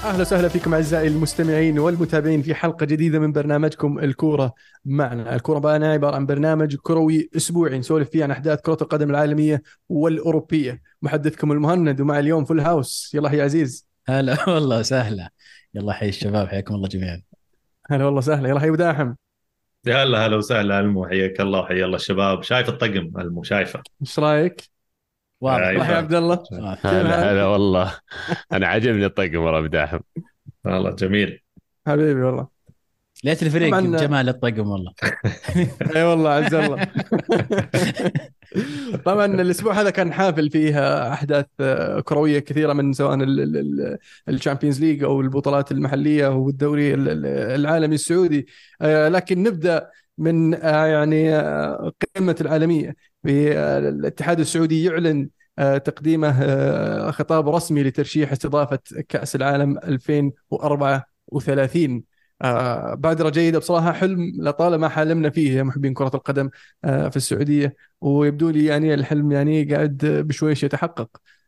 أهلا وسهلا فيكم أعزائي المستمعين والمتابعين في حلقة جديدة من برنامجكم الكورة معنا. الكورة معنا عبارة عن برنامج كروي أسبوعي نسولف فيه عن أحداث كرة القدم العالمية والأوروبية. محدثكم المهند، ومع اليوم فول هاوس. يلا يا عزيز. هلا والله سهلة. يلا حي الشباب، حياكم الله جميعا. هلا والله سهلا. يلا يا داحم. يا هلا هلا وسهلا المو، حياك الله وحيا الله الشباب. شايف الطقم المو شايفه؟ ايش رايك؟ واضح يلا يا شايفه. عبد الله. واضح. كيف هلا الحال؟ هلا والله. انا عجبني الطقم والله بداحم. والله جميل. حبيبي والله. ليت الفريق طبعا. بجمال الطقم والله. اي والله عز الله. طبعا الاسبوع هذا كان حافل فيه احداث كرويه كثيره، من سواء الشامبيونز ليج او البطولات المحليه والدوري العالمي السعودي. لكن نبدا من قمه العالميه. الاتحاد السعودي يعلن تقديمه خطاب رسمي لترشيح استضافه كأس العالم 2034. بادرة جيدة بصراحة، حلم لطالما حلمنا فيه يا محبين كرة القدم في السعودية. ويبدو لي يعني الحلم يعني قاعد بشويش يتحقق.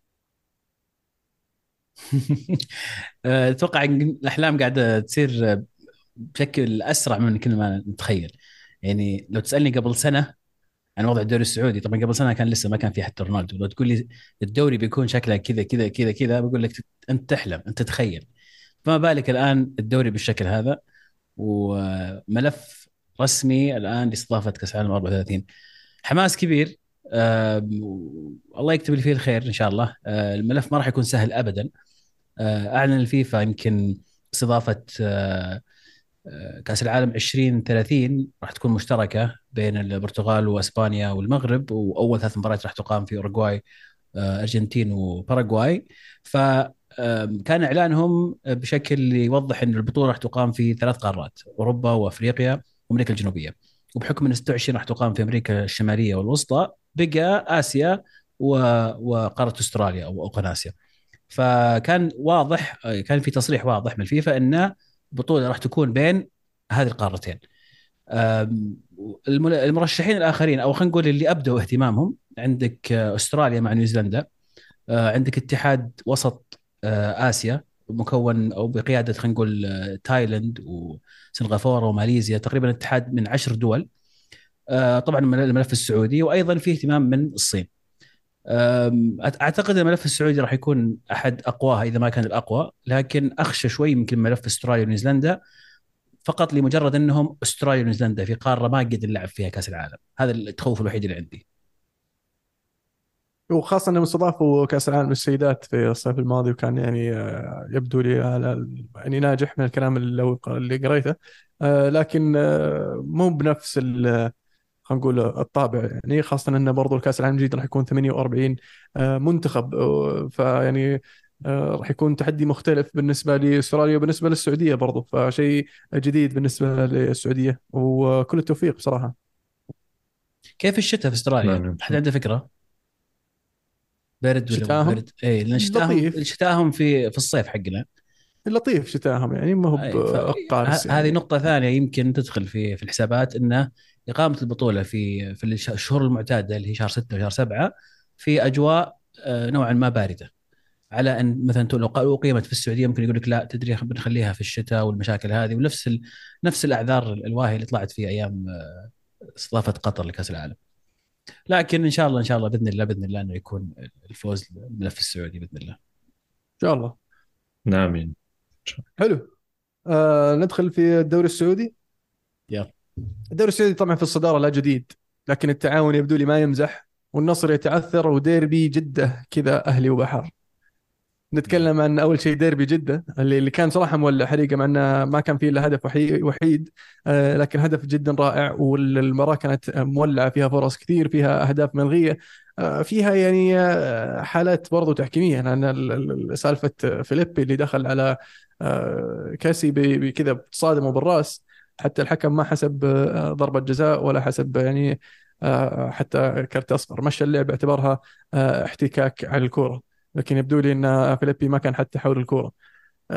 اتوقع ان الاحلام قاعده تصير بشكل اسرع من كل ما نتخيل. يعني لو تسالني قبل سنه عن وضع الدوري السعودي، طبعا قبل سنه كان لسه ما كان في حتى رونالدو، لو تقول لي الدوري بيكون شكله كذا كذا كذا كذا بقول لك انت تحلم، انت تتخيل. فما بالك الان الدوري بالشكل هذا، وملف رسمي الان لاستضافه كاس العالم 34. حماس كبير. الله يكتب اللي فيه الخير ان شاء الله. الملف ما راح يكون سهل ابدا. اعلن الفيفا يمكن استضافه كاس العالم 2030 راح تكون مشتركه بين البرتغال واسبانيا والمغرب، واول ثلاث مباريات راح تقام في اوروغواي، ارجنتين وباراغواي. ف كان اعلانهم بشكل يوضح ان البطوله راح تقام في ثلاث قارات: اوروبا وافريقيا وامريكا الجنوبيه. وبحكم ان 26 راح تقام في امريكا الشماليه والوسطى، بقى اسيا و... وقاره استراليا او قناه اسيا. فكان واضح، كان في تصريح واضح من الفيفا ان البطوله راح تكون بين هذه القارتين. أم، المرشحين الاخرين، او خلينا نقول اللي ابدوا اهتمامهم، عندك استراليا مع نيوزيلندا، عندك اتحاد وسط اسيا مكون او بقياده خلينا نقول تايلاند وسنغافوره وماليزيا، تقريبا اتحاد من 10 دول. طبعا الملف السعودي، وايضا في اهتمام من الصين. اعتقد الملف السعودي راح يكون احد اقواها اذا ما كان الاقوى، لكن اخشى شوي يمكن ملف استراليا ونيوزيلندا، فقط لمجرد انهم استراليا ونيوزيلندا في قاره ما قد نلعب فيها كاس العالم. هذا التخوف الوحيد اللي عندي. وخاصة انهم استضافوا كأس العالم للسيدات في الصيف الماضي، وكان يعني يبدو لي يعني ناجح من الكلام اللي قريته. لكن مو بنفس خلينا نقول الطابع، يعني خاصة أن برضو الكأس العالم الجديد راح يكون 48 منتخب. فيعني راح يكون تحدي مختلف بالنسبة لأستراليا وبالنسبة للسعودية برضو، فشيء جديد بالنسبة للسعودية، وكل التوفيق بصراحة. كيف الشتاء في استراليا؟ نعم. حد عنده فكره؟ برد ولا مو شتاهم برد؟ اي لان لطيف. شتاهم في الصيف حقنا. لطيف شتاهم، يعني ما هو اي بقارس هذه يعني. نقطة ثانية يمكن تدخل في الحسابات، انه إقامة البطولة في الشهور المعتادة اللي هي شهر 6 وشهر 7 في أجواء نوعا ما باردة. على ان مثلا لو اقيمت في السعوديه ممكن يقول لك لا تدري بنخليها في الشتاء والمشاكل هذه، ونفس نفس الاعذار الواهيه اللي طلعت في ايام استضافه قطر لكاس العالم. لكن ان شاء الله ان شاء الله باذن الله باذن الله انه يكون الفوز للملف السعودي باذن الله. إن شاء الله. نعم. حلو. ندخل في الدوري السعودي. يلا. الدوري السعودي طبعا في الصدارة لا جديد، لكن التعاون يبدو لي ما يمزح، والنصر يتعثر، وديربي جدة كذا أهلي وبحر. نتكلم عن اول شيء ديربي جده، اللي كان صراحه مولع حريقه، مع انه ما كان فيه الا هدف وحيد. لكن هدف جدا رائع، والمباراه كانت مولعه، فيها فرص كثير، فيها اهداف ملغيه. فيها يعني حالات برضو تحكيميه، لان سالفه فيليبي اللي دخل على كاسي بكذا بتصادمه بالراس. حتى الحكم ما حسب ضربه جزاء، ولا حسب يعني حتى كرت اصفر، مشى اللعب، اعتبرها احتكاك على الكوره. لكن يبدو لي ان فيليبي ما كان حتى حول الكوره.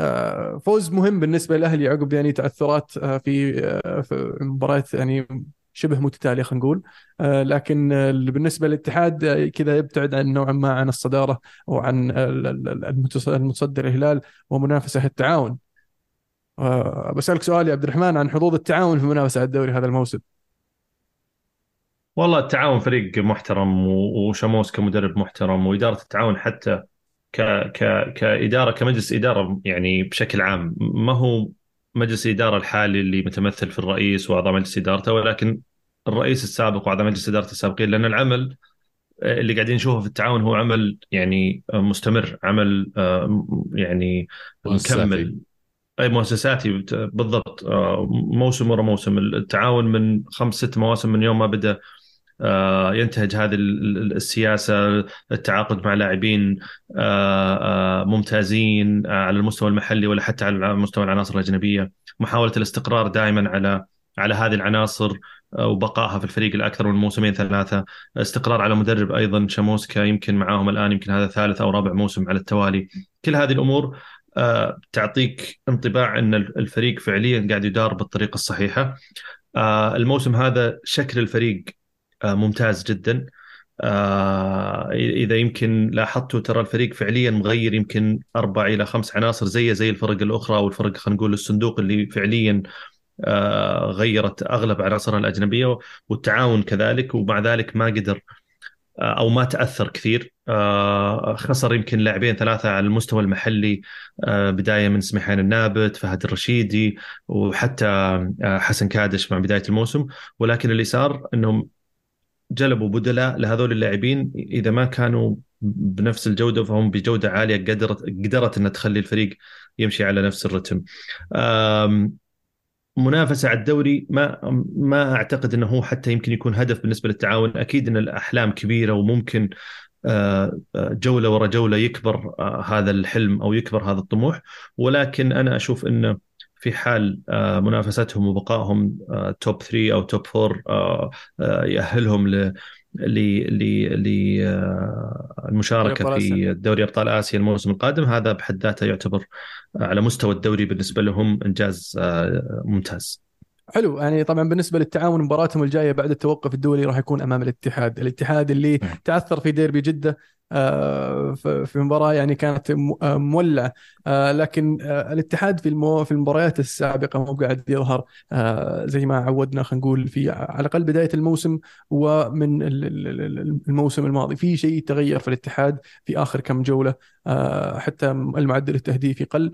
فوز مهم بالنسبه للاهلي عقب يعني تعثرات في مباريات يعني شبه متتالية خلينا نقول. لكن بالنسبة للاتحاد كذا يبتعد عن نوعا ما عن الصدارة أو عن المتصدر الهلال ومنافسة التعاون. بسألك سؤال يا عبد الرحمن عن حظوظ التعاون في منافسة الدوري هذا الموسم. والله التعاون فريق محترم، وشاموس كمدرب محترم، وإدارة التعاون حتى ك كإدارة، كمجلس إدارة يعني بشكل عام، ما هو مجلس الإدارة الحالي اللي متمثل في الرئيس وأعضاء مجلس إدارته، ولكن الرئيس السابق وأعضاء مجلس إدارة السابقين. لأن العمل اللي قاعدين نشوفه في التعاون هو عمل يعني مستمر، عمل يعني مؤسساتي. مكمل. اي مؤسساتي بالضبط. موسم ورا موسم التعاون من 5 6 مواسم من يوم ما بدأ ينتهج هذه السياسة، التعاقد مع لاعبين ممتازين على المستوى المحلي ولا حتى على مستوى العناصر الأجنبية، محاولة الاستقرار دائما على هذه العناصر وبقائها في الفريق لأكثر من موسمين 3، استقرار على مدرب أيضا شاموسكا يمكن معاهم الآن، يمكن هذا ثالث أو رابع موسم على التوالي. كل هذه الأمور تعطيك انطباع أن الفريق فعليا قاعد يدار بالطريقة الصحيحة. الموسم هذا شكل الفريق ممتاز جدا. إذا يمكن لاحظتوا ترى الفريق فعليا مغير يمكن 4 إلى 5 عناصر زي الفرق الأخرى، والفرق خلينا نقول الصندوق اللي فعليا غيرت أغلب عناصرها الأجنبية، والتعاون كذلك، ومع ذلك ما قدر أو ما تأثر كثير. خسر يمكن لاعبين 3 على المستوى المحلي، بداية من سميحان النابت، فهد الرشيدي، وحتى حسن كادش مع بداية الموسم. ولكن اللي صار أنهم جلبوا بدلاء لهذول اللاعبين، إذا ما كانوا بنفس الجودة فهم بجودة عالية، قدرت أن تخلي الفريق يمشي على نفس الرتم. منافسة على الدوري ما أعتقد أنه هو حتى يمكن يكون هدف بالنسبة للتعاون. أكيد أن الأحلام كبيرة، وممكن جولة ورا جولة يكبر هذا الحلم أو يكبر هذا الطموح. ولكن أنا أشوف أنه في حال منافستهم وبقائهم توب 3 أو توب 4 يأهلهم للمشاركة أبطال آسيا. في دوري أبطال آسيا الموسم القادم. هذا بحد ذاته يعتبر على مستوى الدوري بالنسبة لهم إنجاز ممتاز. حلو. يعني طبعا بالنسبه للتعاون مباراتهم الجايه بعد التوقف الدولي راح يكون امام الاتحاد اللي تعثر في ديربي جده في مباراه يعني كانت مولعه. لكن الاتحاد في المباريات السابقه مو قاعد يظهر زي ما عودنا خلينا نقول في على الاقل بدايه الموسم ومن الموسم الماضي. في شيء تغير في الاتحاد في اخر كم جوله. حتى المعدل التهديفي قل،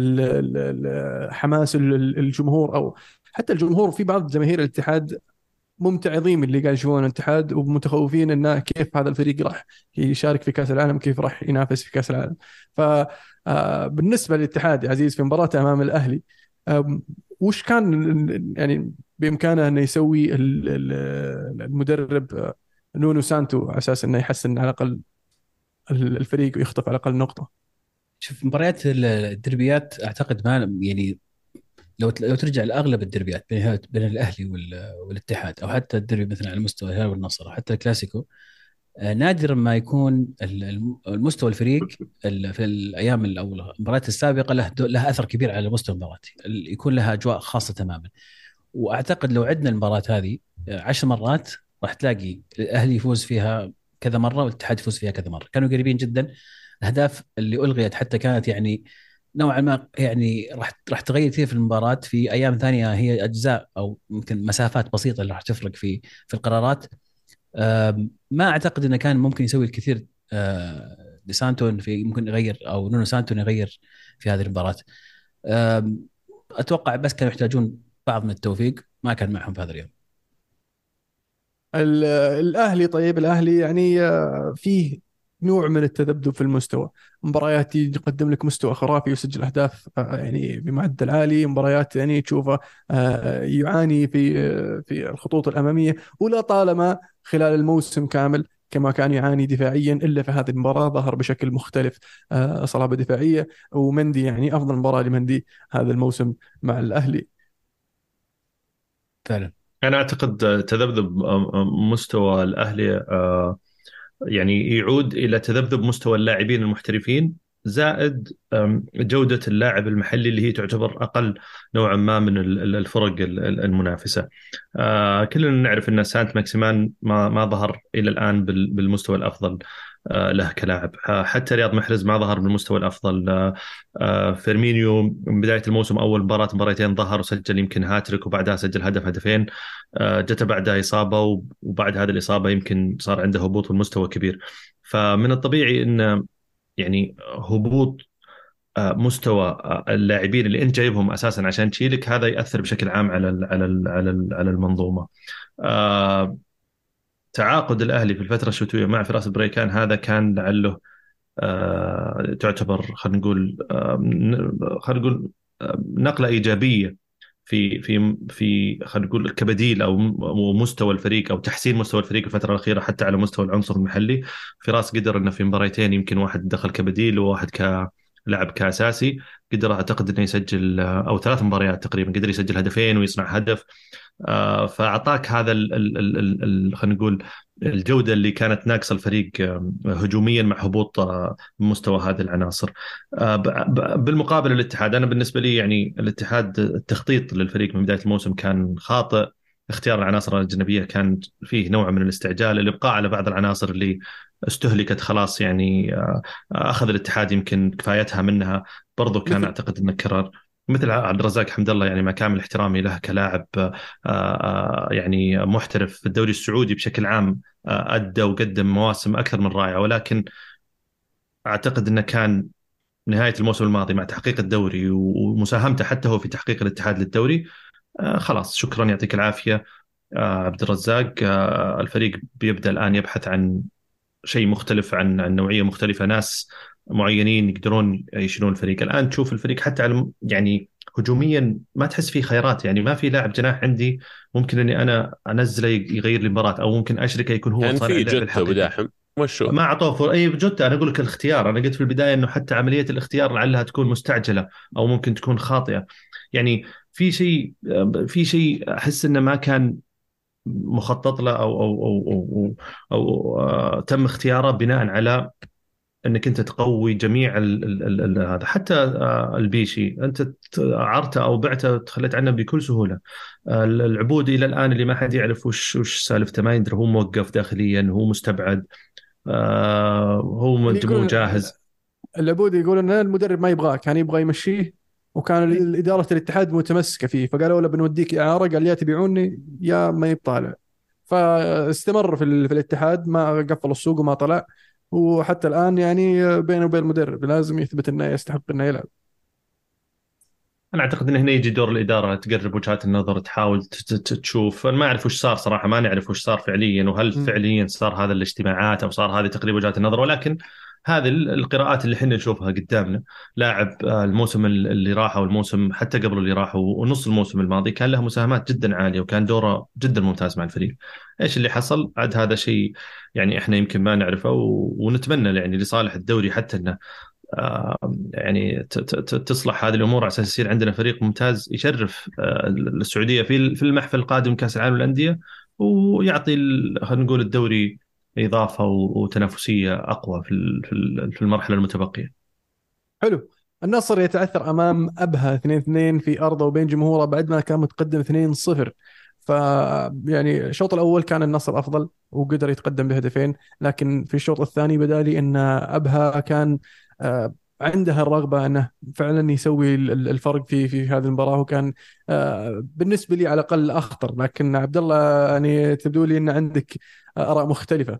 حماس الجمهور او حتى الجمهور في بعض جماهير الاتحاد ممتعضين اللي قاعد يشوفون الاتحاد ومتخوفين انه كيف هذا الفريق راح يشارك في كاس العالم، كيف راح ينافس في كاس العالم. ف بالنسبه للاتحاد يا عزيز في مباراته امام الاهلي، وش كان يعني بامكانه انه يسوي المدرب نونو سانتو على اساس انه يحسن على الاقل الفريق ويخطف على الاقل نقطه؟ شوف مباريات الدربيات اعتقد ما يعني لو ترجع لاغلب الدربيات بين الاهلي والاتحاد، او حتى الدربي مثلا على مستوى الهلال والنصر، حتى الكلاسيكو، نادرا ما يكون المستوى الفريق في الايام او المباريات السابقه له اثر كبير على مستوى المباراه، يكون لها اجواء خاصه تماما. واعتقد لو عدنا المباراه هذه 10 مرات راح تلاقي الاهلي يفوز فيها كذا مره والاتحاد يفوز فيها كذا مره، كانوا قريبين جدا. الاهداف اللي الغيت حتى كانت يعني نوعا ما يعني راح تغير كثير في المباراه. في ايام ثانيه هي اجزاء او ممكن مسافات بسيطه اللي راح تفرق في القرارات. ما اعتقد انه كان ممكن يسوي الكثير دي سانتون في ممكن يغير، او نونو سانتون يغير في هذه المباراه. اتوقع بس كانوا يحتاجون بعض من التوفيق، ما كان معهم في هذا اليوم. الأهلي طيب الأهلي يعني فيه نوع من التذبذب في المستوى. مباريات يقدم لك مستوى خرافي ويسجل أهداف يعني بمعدل عالي، مباريات يعني تشوفه يعاني في الخطوط الأمامية، ولا طالما خلال الموسم كامل كما كان يعاني دفاعيا، إلا في هذه المباراة ظهر بشكل مختلف. صلابة دفاعية، ومندي يعني أفضل مباراة لمندي هذا الموسم مع الأهلي فعلا. أنا أعتقد تذبذب مستوى الأهلي يعني يعود إلى تذبذب مستوى اللاعبين المحترفين زائد جودة اللاعب المحلي اللي هي تعتبر أقل نوعا ما من الفرق المنافسة. كلنا نعرف أن سانت ماكسيمان ما ظهر إلى الآن بالمستوى الأفضل له كلاعب. حتى رياض محرز ما ظهر بالمستوى الأفضل. فيرمينيو من بداية الموسم أول مباراتين ظهر وسجل يمكن هاتريك، وبعدها سجل هدفين. جت بعدها إصابة، وبعد هذه الإصابة يمكن صار عنده هبوط في المستوى كبير. فمن الطبيعي أن يعني هبوط مستوى اللاعبين اللي انت جايبهم اساسا عشان تشيلك، هذا ياثر بشكل عام على المنظومه. تعاقد الاهلي في الفتره الشتويه مع فراس البريكان هذا كان لعله تعتبر خلينا نقول نقله ايجابيه في خلينا نقول كبديل او مستوى الفريق او تحسين مستوى الفريق الفتره الاخيره حتى على مستوى العنصر المحلي. فراس قدر انه في مباريتين يمكن واحد دخل كبديل وواحد كلاعب كاساسي، قدر اعتقد انه يسجل او 3 مباريات تقريبا قدر يسجل هدفين ويصنع هدف. فاعطاك هذا خلينا نقول الجوده اللي كانت ناقصه الفريق هجوميا مع هبوط مستوى هذه العناصر. بالمقابل الاتحاد، انا بالنسبه لي يعني الاتحاد التخطيط للفريق من بدايه الموسم كان خاطئ. اختيار العناصر الأجنبية كان فيه نوع من الاستعجال، الإبقاء على بعض العناصر اللي استهلكت خلاص يعني أخذ الاتحاد يمكن كفايتها منها. برضو كان أعتقد أنه كرر مثل عبد الرزاق حمد الله، يعني مع كامل احترامي له كلاعب يعني محترف في الدوري السعودي بشكل عام، أدى وقدم مواسم أكثر من رائعة، ولكن أعتقد أنه كان نهاية الموسم الماضي مع تحقيق الدوري ومساهمته حتى هو في تحقيق الاتحاد للدوري خلاص شكرا يعطيك العافية عبد الرزاق. الفريق بيبدأ الآن يبحث عن شيء مختلف، عن نوعية مختلفة، ناس معينين يقدرون يشيلون الفريق. الآن تشوف الفريق حتى على يعني هجوميا ما تحس فيه خيارات، يعني ما في لاعب جناح عندي ممكن اني انا انزله يغير لي المباراة او ممكن اشركه يكون هو كان صانع في اللعب جدة الحقيقي. وداحم وشو ما اعطوه اي جوتا. انا اقول لك الاختيار، انا قلت في البدايه انه حتى عمليه الاختيار لعلها تكون مستعجله او ممكن تكون خاطئه. يعني في شيء احس انه ما كان مخطط له او تم اختياره بناء على انك انت تقوي جميع هذا. حتى البيشي انت عرته او بعته تخليت عنه بكل سهوله. العبودي الى الان اللي ما حد يعرف وش سالفته، ما يدري هو موقف داخليا، هو مستبعد، هو اللي مو يقول جاهز. العبودي يقول ان المدرب ما يبغاه، كان يبغى يمشيه، وكان إدارة الاتحاد متمسكة فيه، فقالوا له بنوديك إعارة، قال يا تبيعوني يا ما يبطالع. فاستمر في الاتحاد، ما قفل السوق وما طلع. وحتى الآن يعني بينه وبين المدرب لازم يثبت انه يستحق انه يلعب. انا اعتقد ان هنا يجي دور الاداره، تقرب وجهات النظر، تحاول تشوف. انا ما اعرف وش صار صراحه، ما نعرف وش صار فعليا، وهل فعليا صار هذا الاجتماعات او صار هذه تقريب وجهات النظر، ولكن هذه القراءات اللي احنا نشوفها قدامنا. لاعب الموسم اللي راح والموسم حتى قبل اللي راح ونص الموسم الماضي كان له مساهمات جدا عاليه وكان دوره جدا ممتاز مع الفريق. ايش اللي حصل عاد هذا شيء يعني احنا يمكن ما نعرفه، ونتمنى يعني لصالح الدوري حتى انه يعني تصلح هذه الامور على اساس يصير عندنا فريق ممتاز يشرف السعوديه في المحفل القادم كاس العالم للانديه، ويعطي خلينا نقول الدوري اضافه وتنافسيه اقوى في المرحله المتبقيه. حلو. النصر يتعثر امام ابها 2-2 في ارضه وبين جمهوره بعد ما كان متقدم 2-0. يعني الشوط الاول كان النصر افضل وقدر يتقدم بهدفين، لكن في الشوط الثاني بدا لي ان ابها كان عندها الرغبه انه فعلا يسوي الفرق في هذه المباراه، وكان بالنسبه لي على الاقل اخطر. لكن عبد الله يعني تبدو لي ان عندك اراء مختلفه.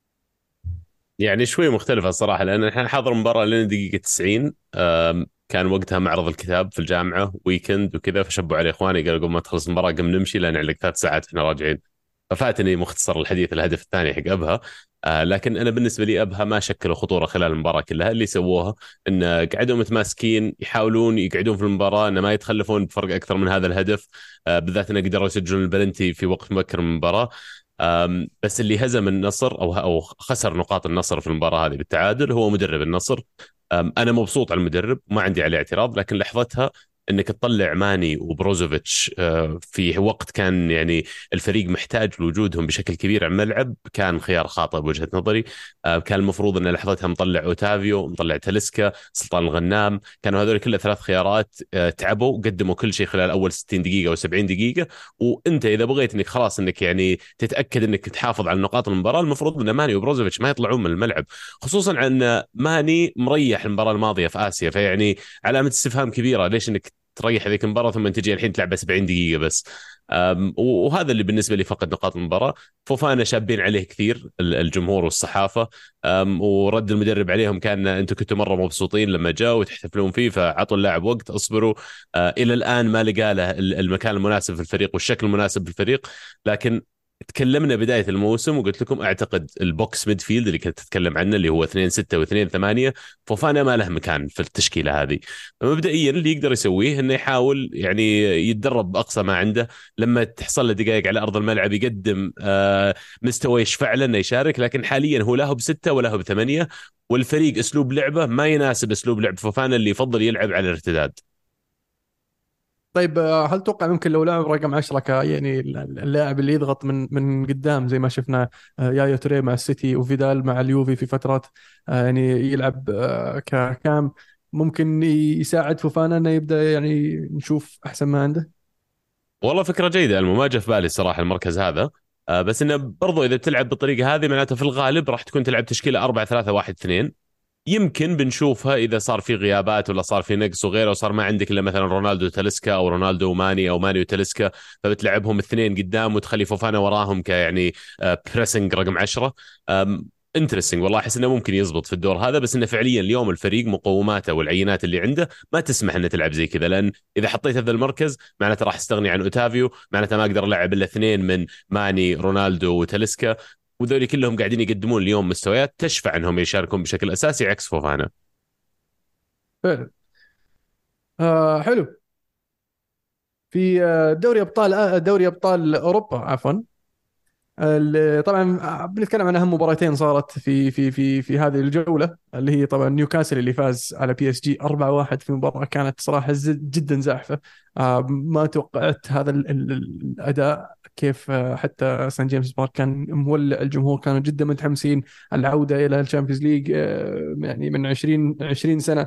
يعني شوي مختلفة الصراحة، لأن احنا حاضر مباراة لنا دقيقة 90. كان وقتها معرض الكتاب في الجامعة ويكند وكذا، فشبوا علي إخواني قالوا قبل ما تخلص المباراة قم نمشي لأن عليك 3 ساعات احنا راجعين. ففاتني مختصر الحديث الهدف الثاني حق أبها. لكن أنا بالنسبة لي أبها ما شكلوا خطورة خلال المباراة كلها. اللي سووها إن قعدوا متماسكين يحاولون يقعدون في المباراة إن ما يتخلفون بفرق أكثر من هذا الهدف، بالذات إنه قدروا يسجلون البلنتي في وقت مبكر من المباراة. بس اللي هزم النصر او خسر نقاط النصر في المباراه هذه بالتعادل هو مدرب النصر. انا مبسوط على المدرب وما عندي عليه اعتراض، لكن لحظتها انك تطلع ماني وبروزوفيتش في وقت كان يعني الفريق محتاج لوجودهم بشكل كبير على الملعب، كان خيار خاطئ بوجهة نظري. كان المفروض ان لحظتها مطلع اوتافيو، مطلع تاليسكا، سلطان الغنام، كانوا هذول كلها ثلاث خيارات. تعبوا، قدموا كل شيء خلال اول 60 دقيقة او 70 دقيقة. وانت اذا بغيت انك خلاص انك يعني تتاكد انك تحافظ على نقاط المباراة، المفروض ان ماني وبروزوفيتش ما يطلعون من الملعب، خصوصا ان ماني مريح المباراة الماضية في اسيا. فيعني علامة استفهام كبيرة ليش انك تريح هذيك المباراة ثم تجي الحين تلعب 70 دقيقة بس. وهذا اللي بالنسبة لي فقد نقاط المباراة. فوفانا شابين عليه كثير الجمهور والصحافة. ورد المدرب عليهم كان أنتم كنتوا مرة مبسوطين لما جاء وتحتفلون فيه، فعطوا اللاعب وقت، اصبروا. إلى الآن ما لقى له المكان المناسب في الفريق والشكل المناسب في الفريق. لكن تكلمنا بداية الموسم وقلت لكم أعتقد البوكس ميدفيلد اللي كنت تتكلم عنه اللي هو 2-6 و2-8، فوفانا ما له مكان في التشكيلة هذه. مبدئيا اللي يقدر يسويه انه يحاول يعني يتدرب باقصى ما عنده. لما تحصل له دقائق على ارض الملعب يقدم مستوى يشفع له انه يشارك. لكن حاليا هو لا هو بسته ولا هو بثمانيه، والفريق اسلوب لعبه ما يناسب اسلوب لعب فوفانا اللي يفضل يلعب على الارتداد. طيب هل توقع ممكن لو لعب رقم 10 يعني اللاعب اللي يضغط من قدام زي ما شفنا يايا توريه مع السيتي وفيدال مع اليوفي في فترات، يعني يلعب ككام، ممكن يساعد فوفانا انه يبدا يعني نشوف احسن ما عنده؟ والله فكره جيده، ما جاء في بالي الصراحه المركز هذا. بس انه برضو اذا بتلعب بالطريقه هذه معناته في الغالب راح تكون تلعب تشكيله 4-3-1-2. يمكن بنشوفها اذا صار في غيابات ولا صار في نقص وغيره، وصار ما عندك الا مثلا رونالدو وتاليسكا او رونالدو وماني او ماني وتاليسكا، فبتلعبهم اثنين قدام وتخلي فوفانا وراهم كيعني بريسنج رقم 10. انترستنج والله، احس انه ممكن يزبط في الدور هذا. بس انه فعليا اليوم الفريق مقوماته والعينات اللي عنده ما تسمح انه تلعب زي كذا، لان اذا حطيته في المركز معناته راح استغني عن اوتافيو، معناته ما اقدر العب الا اثنين من ماني رونالدو وتاليسكا، وذولي كلهم قاعدين يقدمون اليوم مستويات تشفع انهم يشاركون بشكل اساسي عكس فوفانا. فعلا. حلو. في دوري ابطال اوروبا عفوا. طبعا بنتكلم عن اهم مباراتين صارت في هذه الجوله، اللي هي طبعا نيوكاسل اللي فاز على بي اس جي 4-1 في مباراه كانت صراحه جدا زاحفه. ما توقعت هذا الاداء كيف. حتى سان جيمس بارك كان مولع، الجمهور كانوا جدا متحمسين. العوده الى الشامبيونز ليج يعني من 20 سنه،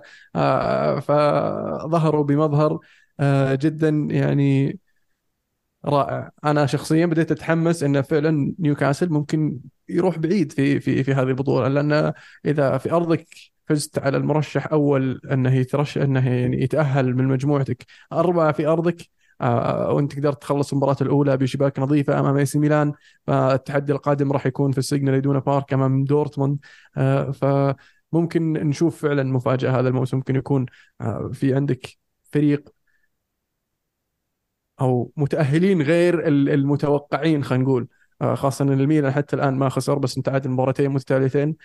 فظهروا بمظهر جدا يعني رائع. انا شخصيا بديت اتحمس ان فعلا نيوكاسل ممكن يروح بعيد في هذه البطوله، لان اذا في ارضك فزت على المرشح اول انه يترشح انه يعني يتاهل من مجموعتك، اربعه في ارضك، وانت قدرت تخلص المباراه الاولى بشباك نظيفه امام اي سي ميلان، فالتحدي القادم راح يكون في السيجنال إدونا بارك امام دورتموند. فممكن نشوف فعلا مفاجاه هذا الموسم. ممكن يكون في عندك فريق او متاهلين غير المتوقعين، خلينا نقول. خاصه ان الميلان حتى الان ما خسر، بس انتهت المباراتين متتاليتين.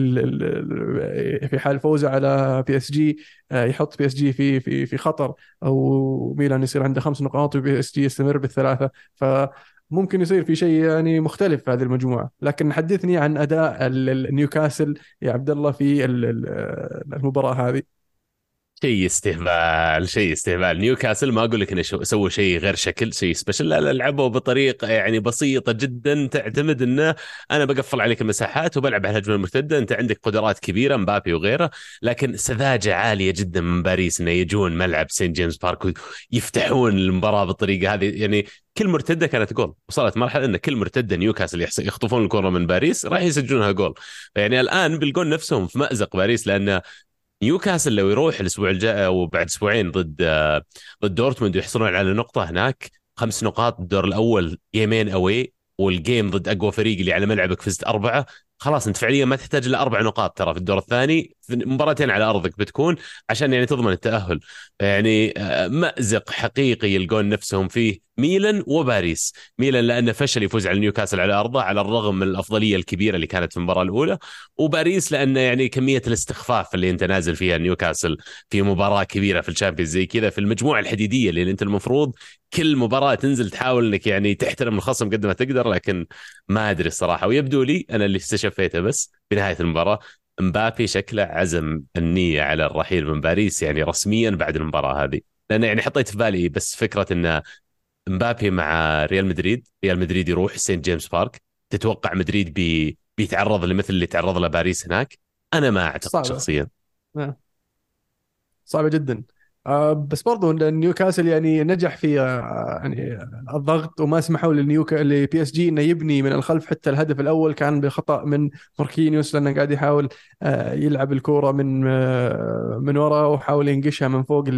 في حال فوزه على بي اس جي يحط بي اس جي في خطر، او ميلان يصير عنده 5 نقاط وبي اس جي يستمر بالثلاثه. فممكن يصير في شيء يعني مختلف في هذه المجموعه. لكن حدثني عن اداء نيوكاسل يا عبد الله في المباراه هذه. شيء استهبال، شيء استهبال. نيوكاسل ما اقول لك انه سووا شيء غير شكل، شيء سبيشل، لا لعبوا بطريقه يعني بسيطه جدا، تعتمد انه انا بقفل عليك المساحات وبلعب على الهجمه المرتده، انت عندك قدرات كبيره مبابي وغيره. لكن سذاجه عاليه جدا من باريس انه يجون ملعب سين جيمس بارك ويفتحون المباراه بالطريقه هذه. يعني كل مرتده كانت جول، وصلت مرحله ان كل مرتده نيوكاسل يخطفون الكره من باريس راح يسجلونها جول. يعني الان بيلقون نفسهم في مأزق باريس، لان نيوكاسل لو يروح الاسبوع الجاي او بعد اسبوعين ضد دورتموند ويحصلون على نقطه هناك، 5 نقاط الدور الاول جيمين اوي، والجيم ضد اقوى فريق اللي على ملعبك فزت 4، خلاص انت فعليا ما تحتاج الا 4 نقاط ترى في الدور الثاني، مباراتين على ارضك بتكون عشان يعني تضمن التاهل. يعني مأزق حقيقي يلقون نفسهم فيه ميلان وباريس. ميلان لانه فشل يفوز على نيوكاسل على ارضه على الرغم من الافضليه الكبيره اللي كانت في المباراه الاولى، وباريس لانه يعني كميه الاستخفاف اللي انت نازل فيها نيوكاسل في مباراه كبيره في الشامبيونز زي كذا في المجموعه الحديديه اللي انت المفروض كل مباراه تنزل تحاول انك يعني تحترم الخصم قد ما تقدر. لكن ما ادري الصراحه، ويبدو لي انا اللي استشفيته بس بنهايه المباراه مبابي شكله عزم النيه على الرحيل من باريس يعني رسميا بعد المباراه هذه. لان يعني حطيت في بالي بس فكره ان مبابي مع ريال مدريد، ريال مدريد يروح سين جيمس بارك، تتوقع مدريد بيتعرض لمثل اللي تعرض له باريس هناك؟ انا ما اعتقد صعبة. شخصيا. صعبة جدا. بس برضو إن نيوكاسل يعني نجح في يعني الضغط، وما سمحوا لبي اس جي انه يبني من الخلف. حتى الهدف الاول كان بخطأ من ماركينيوس، لانه قاعد يحاول يلعب الكرة من ورا، وحاول ينقشها من فوق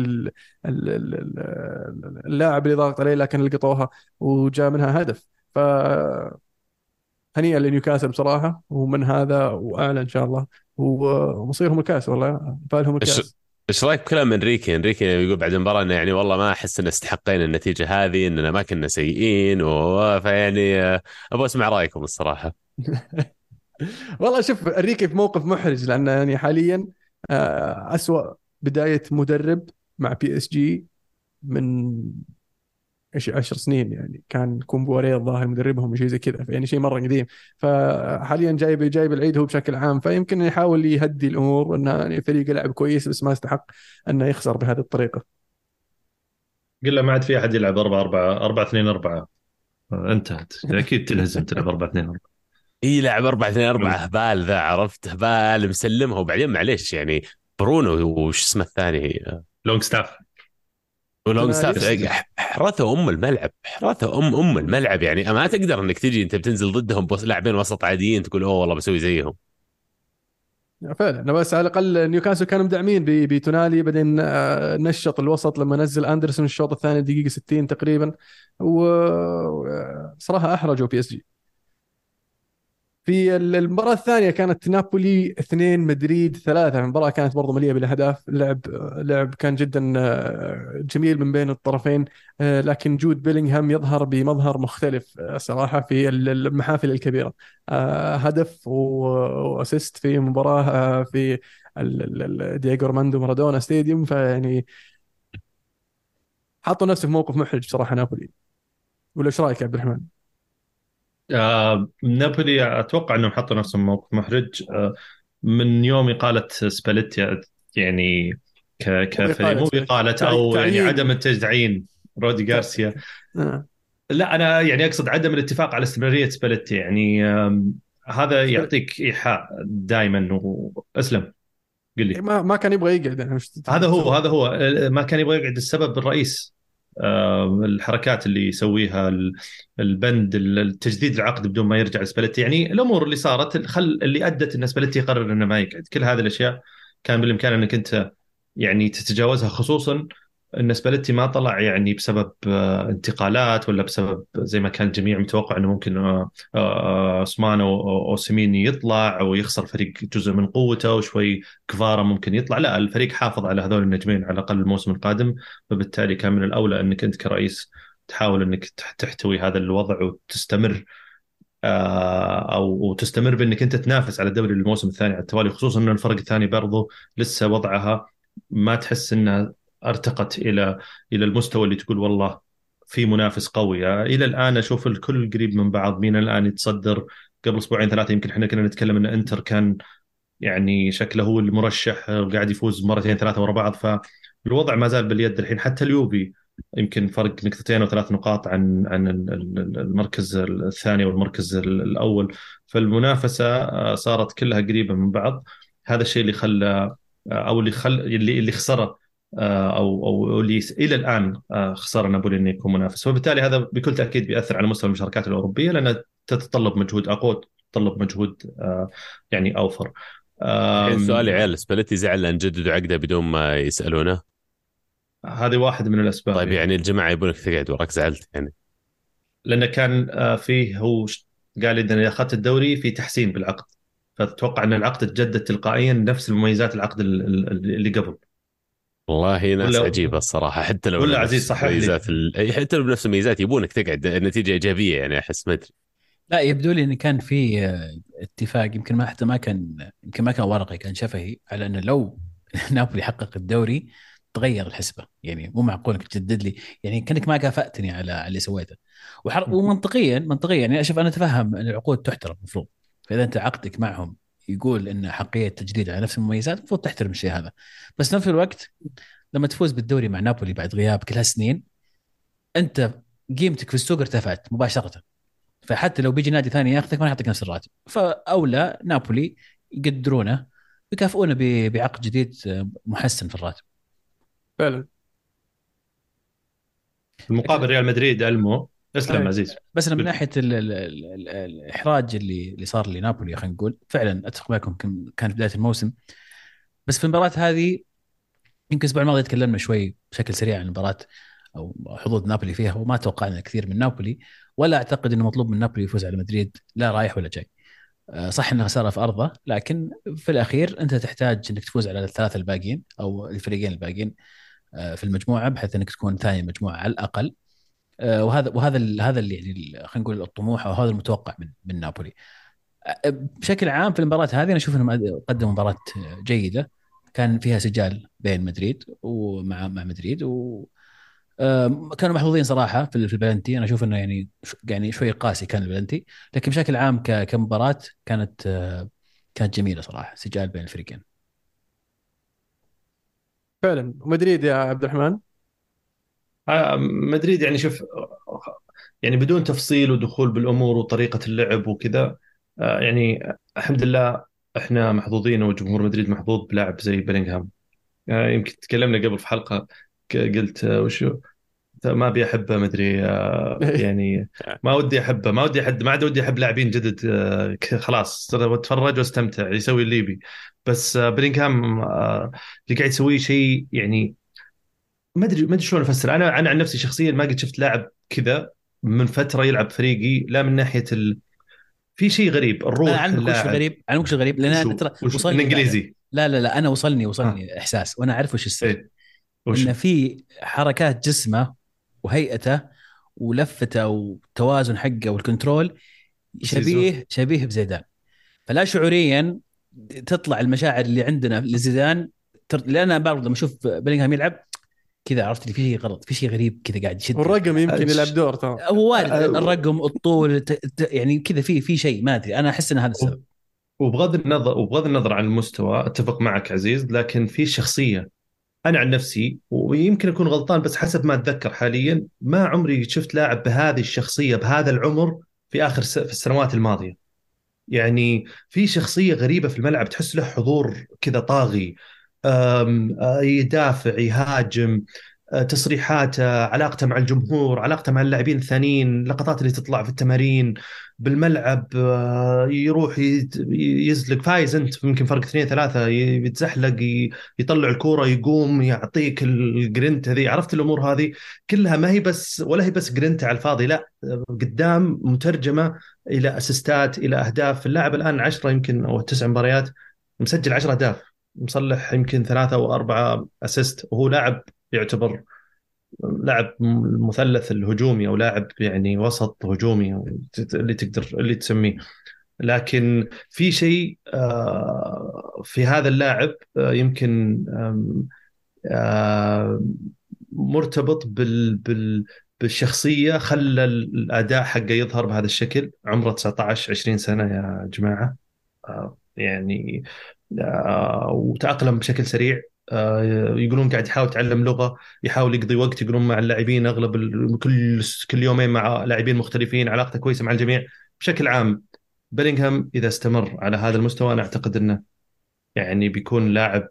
اللاعب اللي ضاغط عليه، لكن لقطوها وجاء منها هدف. ف هنيئا لنيوكاسل بصراحة، ومن هذا وأعلى إن شاء الله، ومصيرهم الكاس، والله بالهم ايش الكاس. ايش رايك بكلام انريكي يقول بعد المباراه انه يعني والله ما احس ان استحقينا النتيجه هذه، اننا ما كنا سيئين فيعني ابغى اسمع رايكم الصراحه. والله شوف، أريكي في موقف محرج، لأنه يعني حاليا أسوأ بداية مدرب مع بي اس جي من ايش 10 سنين. يعني كان كومبوري الظاهر مدربهم شيء زي كذا، يعني شيء مره قديم. فحاليا جايب العيد هو بشكل عام، فيمكن يحاول يهدي الامور، انه يعني فريق يلعب كويس بس ما يستحق انه يخسر بهذه الطريقه. قل له ما عاد في احد يلعب 4-4 4-2-4. انتهت، اكيد تلهزم تلعب 4-2-4. يلعب 4-2-4 هبال ذا، عرفت؟ هبال مسلمها. وبعدين معليش يعني برونو وش اسمه الثاني لونج ستاف ولونج تونالي. ستاف، حرثه الملعب، حرثه الملعب. يعني ما تقدر انك تجي انت بتنزل ضدهم لاعبين وسط عاديين تقول اوه والله بسوي زيهم. فعلا، بس على الاقل نيوكاسل كانوا مدعمين بتونالي، بعدين نشط الوسط لما نزل اندرسون الشوط الثاني دقيقه 60 تقريبا، وصراحه احرجوا بي اس جي. في المباراة الثانية كانت نابولي 2 مدريد 3. المباراة كانت برضو مليئة بالأهداف. لعب كان جدا جميل من بين الطرفين. لكن جود بيلينغهام يظهر بمظهر مختلف صراحة في المحافل الكبيرة. هدف وأسيست في مباراة في دييغو أرماندو مارادونا ستاديوم. فيعني حطوا نفسه في موقف محرج بصراحة نابولي. ولا ايش رايك يا عبد الرحمن؟ نابولي اتوقع انهم حطوا نفسهم موقف محرج من يوم اقاله سباليتي، يعني مو كفريق، بإقالة مو سبيت، باقاله او يعني عدم تعيين. التدعين رودي غارسيا. آه. لا انا يعني اقصد عدم الاتفاق على استمراريه سباليتي، يعني هذا يعطيك ايحاء دائما. واسلم قل لي. ما كان يبغى يقعد، يعني مش هذا هو ما كان يبغى يقعد. السبب الرئيس الحركات اللي يسويها، البند، التجديد العقد بدون ما يرجع لسباليتي، يعني الامور اللي صارت اللي ادت ان سباليتي يقرر انه ما يقعد. كل هذه الاشياء كان بالامكان انك انت يعني تتجاوزها، خصوصا ان سباليتي ما طلع يعني بسبب انتقالات، ولا بسبب زي ما كان الجميع متوقع انه ممكن عثمان او سيميني يطلع ويخسر فريق جزء من قوته، وشوي كفارا ممكن يطلع. لا، الفريق حافظ على هذول النجمين على الاقل الموسم القادم. فبالتالي كان من الاولى انك انت كرئيس تحاول انك تحتوي هذا الوضع وتستمر، او تستمر بانك انت تنافس على الدوري الموسم الثاني على التوالي، خصوصا ان الفرق الثاني برضو لسه وضعها ما تحس انها ارتقت الى المستوى اللي تقول والله في منافس قوي. الى الان اشوف الكل قريب من بعض. مين الان يتصدر؟ قبل اسبوعين ثلاثه يمكن احنا كنا نتكلم ان انتر كان يعني شكله هو المرشح وقاعد يفوز مرتين ثلاثه ورا بعض. فالوضع ما زال باليد الحين. حتى اليوفي يمكن فرق نقطتين او 3 نقاط عن المركز الثاني والمركز الاول. فالمنافسه صارت كلها قريبه من بعض. هذا الشيء اللي خلى او اللي خسره، او اللي الى الان خسر نابولي انه يكون منافس. وبالتالي هذا بكل تاكيد بياثر على مستوى المشاركات الاوروبيه، لانها تتطلب مجهود اقوى، تتطلب مجهود يعني اوفر. الحين سؤال يا عيال، سباليتي زعل لان جددوا عقده بدون ما يسالونه؟ هذه واحد من الاسباب. طيب يعني الجماعه يبونك تقعد وراك زعلت يعني؟ لانه كان فيه هو قال اذا اخذت الدوري في تحسين بالعقد، فتتوقع ان العقد تجدد تلقائيا نفس مميزات العقد اللي قبل. والله ناس ولا عجيبه الصراحه. حتى لو ولا عزيز نفس صحح لي. مميزات حتى لو بنفس المميزات يبونك تقعد، النتيجه ايجابيه يعني. احس ما ادري. لا، يبدو لي ان كان في اتفاق، يمكن ما حتى ما كان، يمكن ما كان ورقي، كان شفهي، على انه لو نابولي حقق الدوري تغير الحسبه. يعني مو معقول انك تجدد لي، يعني كانك ما كافاتني على اللي سويته. ومنطقيا يعني اشوف، انا اتفهم ان العقود تحترم المفروض. فاذا انت عقدك معهم يقول ان حقيه تجديد على نفس المميزات، المفروض تحترم الشيء هذا. بس نفس الوقت لما تفوز بالدوري مع نابولي بعد غياب كل هالسنين، انت قيمتك في السوق ارتفعت مباشره. فحتى لو بيجي نادي ثاني ياخذك ما يعطيك نفس الراتب، فاولى نابولي يقدرونه ويكافئونه بعقد جديد محسن في الراتب. فعلا. في المقابل ريال مدريد المو اسلم أي. عزيز. بس انا من قل. ناحيه الاحراج اللي صار لنابولي، خلينا نقول فعلا اتفق معكم، كان في بدايه الموسم. بس في المباراه هذه يمكن الاسبوع الماضي تكلمنا شوي بشكل سريع عن المباراه او حظوظ نابولي فيها، وما توقعنا كثير من نابولي، ولا اعتقد انه مطلوب من نابولي يفوز على مدريد لا رايح ولا جاي. صح انها خساره في ارضه، لكن في الاخير انت تحتاج انك تفوز على الثلاثه الباقيين او الفريقين الباقيين في المجموعه، بحيث انك تكون ثاني مجموعه على الاقل. وهذا اللي يعني خلينا نقول الطموح، او هذا المتوقع من نابولي. بشكل عام في المباراه هذه انا اشوف انهم قدموا مباراه جيده، كان فيها سجال بين مدريد مع مدريد، و كانوا محظوظين صراحه في البلنتي. انا اشوف انه يعني شوي قاسي كان البلنتي، لكن بشكل عام كمباراه كانت جميله صراحه، سجال بين الفريقين. فعلا. ومدريد يا عبد الرحمن. مدريد يعني شوف، يعني بدون تفصيل ودخول بالامور وطريقه اللعب وكذا، يعني الحمد لله احنا محظوظين وجمهور مدريد محظوظ بلاعب زي بيلينغهام. يمكن تكلمنا قبل في حلقه، قلت وشو ما ابي احبه، ما ادري يعني ما ودي احبه، ما ودي احد، ما عاد ودي احب لاعبين جدد، خلاص اتفرج واستمتع يسوي اللي يبي. بس بيلينغهام اللي قاعد يسويه شيء يعني ما ادري شلون افسر. انا عن نفسي شخصيا ما قد شفت لاعب كذا من فتره يلعب فريقي، لا من ناحيه في شيء غريب انا الروح علمك وش اللاعب. غريب، علمك وش غريب، لان أنا ترى وش وصلني. لا لا الانجليزي؟ لا لا, لا انا وصلني ها. احساس، وانا اعرف وش السر. ايه. وش؟ ان في حركات جسمه وهيئته ولفته وتوازن حقه والكنترول زيزو. شبيه بزيدان. فلا شعوريا تطلع المشاعر اللي عندنا لزيدان. لان انا برضه لما اشوف بيلينغهام يلعب كذا، عرفت لي في شيء غلط، في شيء غريب كذا قاعد يشد. والرقم يمكن يلعب دور ترى. هو وارد الرقم، الطول، يعني كذا في شيء ما ادري، انا احس ان هذا السبب. وبغض النظر عن المستوى اتفق معك عزيز، لكن في شخصيه. انا عن نفسي ويمكن اكون غلطان، بس حسب ما اتذكر حاليا ما عمري شفت لاعب بهذه الشخصيه بهذا العمر في في السنوات الماضيه. يعني في شخصيه غريبه في الملعب، تحس له حضور كذا طاغي. يدافع، يهاجم، تصريحاته، علاقته مع الجمهور، علاقته مع اللاعبين الثانيين، اللقطات اللي تطلع في التمارين بالملعب، يروح يزلق فايز انت يمكن فرق 2 3، يتزحلق، يطلع الكوره، يقوم يعطيك الجرينت هذه، عرفت الامور هذه كلها. ما هي بس ولا هي بس جرينت على الفاضي، لا، قدام مترجمه الى اسيستات، الى اهداف. اللاعب الان 10 يمكن او 9 مباريات مسجل 10 اهداف، مصلح يمكن 3 أو 4 اسيست، وهو لاعب يعتبر لاعب المثلث الهجومي، او لاعب يعني وسط هجومي، اللي تقدر اللي تسميه. لكن في شيء في هذا اللاعب يمكن مرتبط بالشخصية، خلى الأداء حقه يظهر بهذا الشكل. عمره 19 20 سنة يا جماعة، يعني وتأقلم بشكل سريع. يقولون قاعد يحاول يتعلم لغة، يحاول يقضي وقت، يقولون مع اللاعبين أغلب كل يومين مع لاعبين مختلفين، علاقته كويسة مع الجميع بشكل عام. بيلينغهام إذا استمر على هذا المستوى أنا أعتقد أنه يعني بيكون لاعب،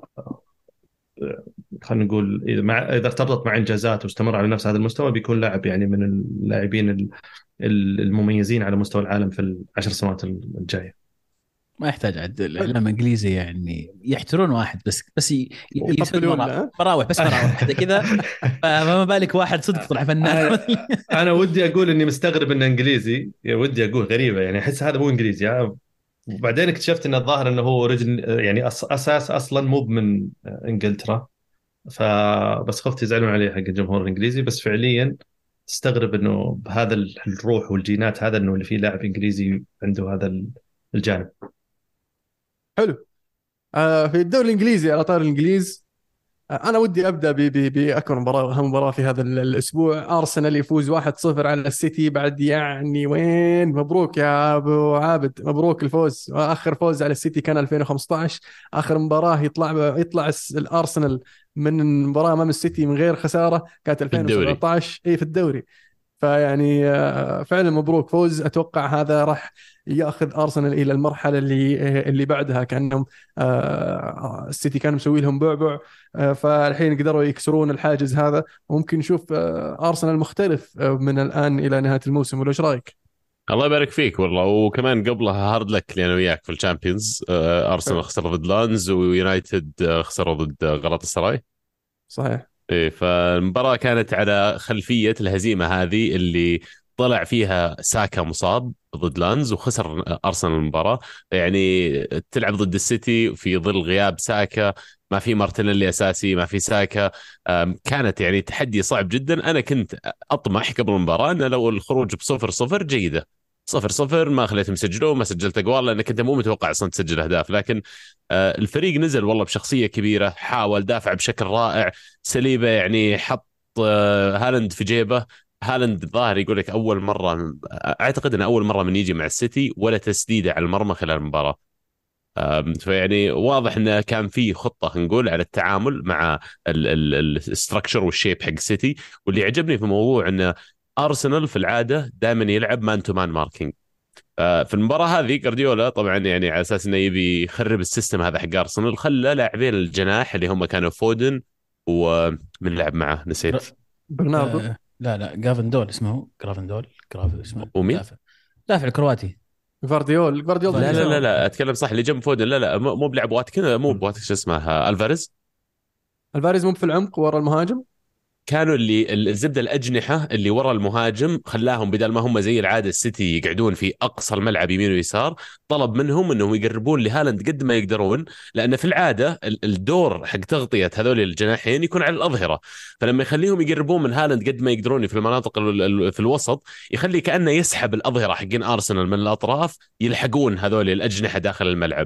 خلينا نقول إذا ارتبطت مع إنجازاته واستمر على نفس هذا المستوى بيكون لاعب يعني من اللاعبين المميزين على مستوى العالم في ال10 سنوات الجاية. ما يحتاج عاد الاعلام الانجليزي يعني يحترون واحد يسد يطبلون. مراوح بس مراوح واحده كذا، فما بالك واحد صدق طلع فنان. أنا ودي أقول إني مستغرب إنه إنجليزي، ودي أقول غريبة يعني، أحس هذا مو إنجليزي يعني. وبعدين اكتشفت إنه الظاهر إنه هو يعني أساس أصلا مو من إنجلترا، فبس خفت يزعلون عليه حق الجمهور الإنجليزي. بس فعليا تستغرب إنه بهذا الروح والجينات هذا، إنه اللي فيه لاعب إنجليزي عنده هذا الجانب. حلو. في الدوري الانجليزي، على طار الانجليز، انا ودي ابدا باكبر مباراه، اهم مباراه في هذا الاسبوع. ارسنال يفوز 1-0 على السيتي بعد يعني وين، مبروك يا ابو عابد، مبروك الفوز. اخر فوز على السيتي كان 2015. اخر مباراه يطلع الارسنال من مباراه امام السيتي من غير خساره كانت في الدوري. 2017 اي في الدوري. فيعني فعلا مبروك فوز. اتوقع هذا راح ياخذ ارسنال الى المرحله اللي بعدها، كانهم السيتي كان مسوي لهم بعبع. فالحين قدروا يكسرون الحاجز هذا، وممكن نشوف ارسنال مختلف من الان الى نهايه الموسم. ولا ايش رايك؟ الله يبارك فيك والله. وكمان قبلها هارد لك لي انا وياك في الشامبيونز. ارسنال خسر ضد لانز، ويونايتد خسروا ضد غلطة السراي. صحيح. إيه، فالمباراة كانت على خلفية الهزيمة هذه اللي طلع فيها ساكا مصاب ضد لانز وخسر أرسنال المباراة. يعني تلعب ضد السيتي في ظل غياب ساكا، ما في مارتينيلي أساسي، ما في ساكا. كانت يعني تحدي صعب جدا. أنا كنت أطمح قبل المباراة أن لو الخروج بصفر صفر جيدة، صفر صفر ما خليتهم يسجلوا، ما سجلت أقوال لأنك أنت مو متوقع أصلا تسجل أهداف. لكن الفريق نزل والله بشخصية كبيرة، حاول دافع بشكل رائع. سليبة يعني حط هالاند في جيبه. هالاند الظاهر يقول لك اول مره، اعتقد انه اول مره من يجي مع السيتي ولا تسديده على المرمى خلال المباراه. فيعني واضح انه كان في خطه، خلينا نقول، على التعامل مع الاستراكشر والشيب حق السيتي. واللي عجبني في الموضوع انه ارسنال في العاده دائما يلعب مان تو مان ماركينج. في المباراه هذه جارديولا طبعا يعني على اساس انه يبي يخرب السيستم هذا حق ارسنال، خلى لاعبين الجناح اللي هم كانوا فودن ومن لعب معه نسيت. برناردو. لا جافن دول اسمه، جرافن دول اسمه ومين؟ دافع الكرواتي. جوارديول في لا لا لا اليسار. لا اتكلم صح، اللي جنب فودن. لا لا مو بلعب واتكن، مو بواتكن، شو اسمه، الفاريز. الفاريز مو في العمق ورا المهاجم. كانوا اللي الزبده الاجنحه اللي ورا المهاجم، خلاهم بدل ما هم زي العاده السيتي يقعدون في اقصى الملعب يمين ويسار، طلب منهم انهم يقربون لهالاند قد ما يقدرون. لان في العاده الدور حق تغطيه هذول الجناحين يكون على الاظهره، فلما يخليهم يقربون من هالاند قد ما يقدرون في المناطق في الوسط، يخلي كانه يسحب الاظهره حقين ارسنال من الاطراف يلحقون هذول الاجنحه داخل الملعب.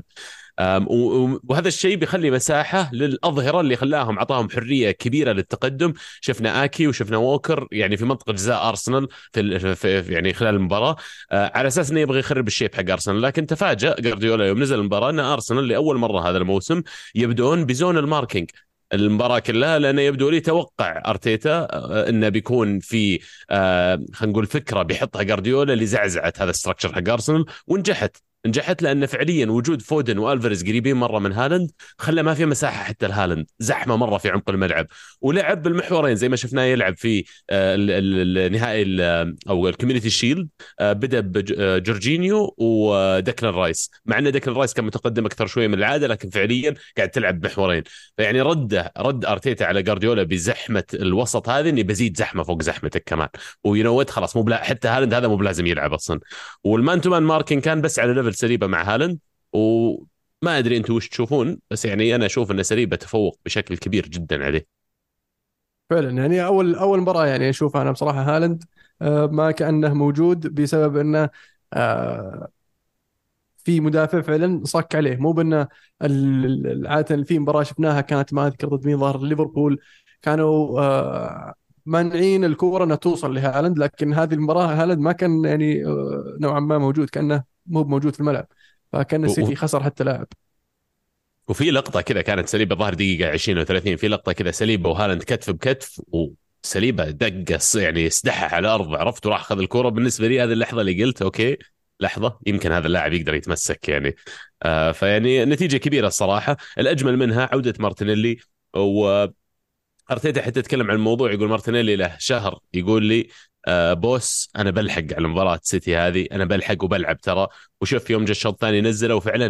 وهذا الشيء بيخلي مساحه للاظهره اللي خلاهم، اعطاهم حريه كبيره للتقدم. شفنا اكي وشفنا ووكر يعني في منطقه جزاء ارسنال في يعني خلال المباراه، على اساس انه يبغى يخرب الشيب حق ارسنال. لكن تفاجأ جارديولا يوم نزل المباراه ان ارسنال لاول مره هذا الموسم يبدون بزون الماركينج المباراه كلها، لانه يبدو لي توقع ارتيتا انه بيكون في خلينا نقول فكره بيحطها جارديولا لزعزعه هذا الستراكشر حق ارسنال، نجحت لان فعليا وجود فودن والفاريز قريبين مره من هالاند خلى ما في مساحه حتى الهالاند، زحمه مره في عمق الملعب. ولعب بالمحورين زي ما شفناه يلعب في النهائي او الكوميونتي شيلد. بدا بجورجينيو ودكلان رايس، مع ان دكلان رايس كان متقدم اكثر شويه من العاده، لكن فعليا قاعد تلعب محورين. فيعني رد ارتيتا على جارديولا بزحمه الوسط هذه، اني بزيد زحمه فوق زحمتك كمان. وينوت خلاص، حتى هالاند هذا مو بلازم يلعب اصلا. والمان تو مان ماركين كان بس على ليفل سليبه مع هالاند. وما ادري انتم وش تشوفون، بس يعني انا اشوف ان سليبه تفوق بشكل كبير جدا عليه. فعلا يعني اول مباراه يعني اشوف انا بصراحه هالاند ما كانه موجود بسبب انه آه، في مدافع فعلا صك عليه. مو بانه عاده في مباراه شفناها كانت ما اذكر ضد مين، ظهر ليفربول، كانوا مانعين الكوره انها توصل لهالاند. لكن هذه المباراه هالاند ما كان يعني نوعا ما موجود، كانه مو موجود في الملعب، فكان و- السيتي خسر حتى لاعب. وفي لقطه كذا كانت سليبه ظهر دقيقه 20 او 30، في لقطه كذا سليبه وهالاند كتف بكتف، وسليبه دق يعني سدحها على الارض، عرفت، وراح اخذ الكوره. بالنسبه لي هذه اللحظه اللي قلت اوكي، لحظه يمكن هذا اللاعب يقدر يتمسك يعني. فيعني نتيجه كبيره الصراحه. الاجمل منها عوده مارتينيلي. و ارتيتا حتى يتكلم عن الموضوع، يقول مارتينيلي له شهر يقول لي بوس انا بلحق على مباراه سيتي هذه، انا بلحق وبلعب ترى. وشوف يوم جاء الشوط الثاني نزله، وفعلا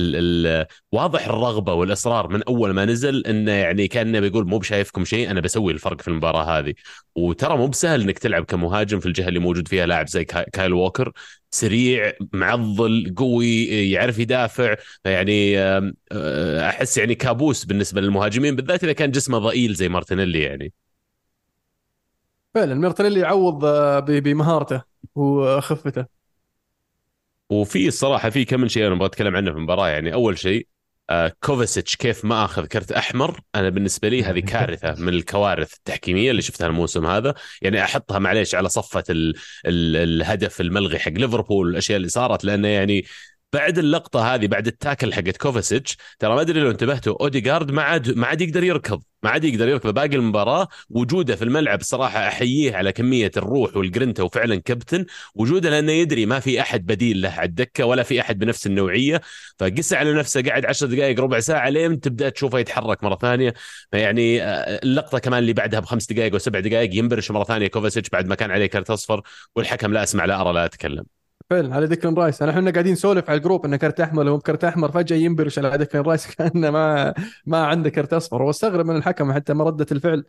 واضح الرغبه والاصرار من اول ما نزل، انه يعني كانه بيقول مو بشايفكم شيء، انا بسوي الفرق في المباراه هذه. وترى مو بسهل انك تلعب كمهاجم في الجهه اللي موجود فيها لاعب زي كايل ووكر، سريع معضل قوي يعرف يدافع. يعني احس يعني كابوس بالنسبه للمهاجمين، بالذات اذا كان جسمه ضئيل زي مارتينيلي يعني. فعلا مارتينيلي يعوض بمهارته وخفته. وفي الصراحه في كم من شيء انا ابغى اتكلم عنه في المباراه. يعني اول شيء كوفاسيتش كيف ما اخذ كرت احمر، انا بالنسبه لي هذه كارثه من الكوارث التحكيميه اللي شفتها الموسم هذا. يعني احطها معليش على صفه الهدف الملغي حق ليفربول والاشياء اللي صارت، لانه يعني بعد اللقطه هذه، بعد التاكل حقت كوفاسيتش، ترى ما ادري لو انتبهتوا اوديغارد ما عاد يقدر يركض، ما عاد يقدر يركض باقي المباراه. وجوده في الملعب الصراحه احييه على كميه الروح والجرنته، وفعلا كابتن وجوده، لانه يدري ما في احد بديل له على الدكه ولا في احد بنفس النوعيه. فقس على نفسه، قاعد 10 دقائق ربع ساعه لين تبدا تشوفه يتحرك مره ثانيه. فيعني اللقطه كمان اللي بعدها ب5 دقائق و7 دقائق ينبرش مره ثانيه كوفاسيتش بعد ما كان عليه كرت اصفر، والحكم لا اسمع لا ارى لا اتكلم. فعلا على ديكلان رايس، احنا قاعدين نسولف على الجروب انه كرت احمر، لو كرت احمر فجاه ينبرش على ديكلان رايس كانه ما عنده كرت اصفر. واستغرب من الحكم حتى ما ردة الفعل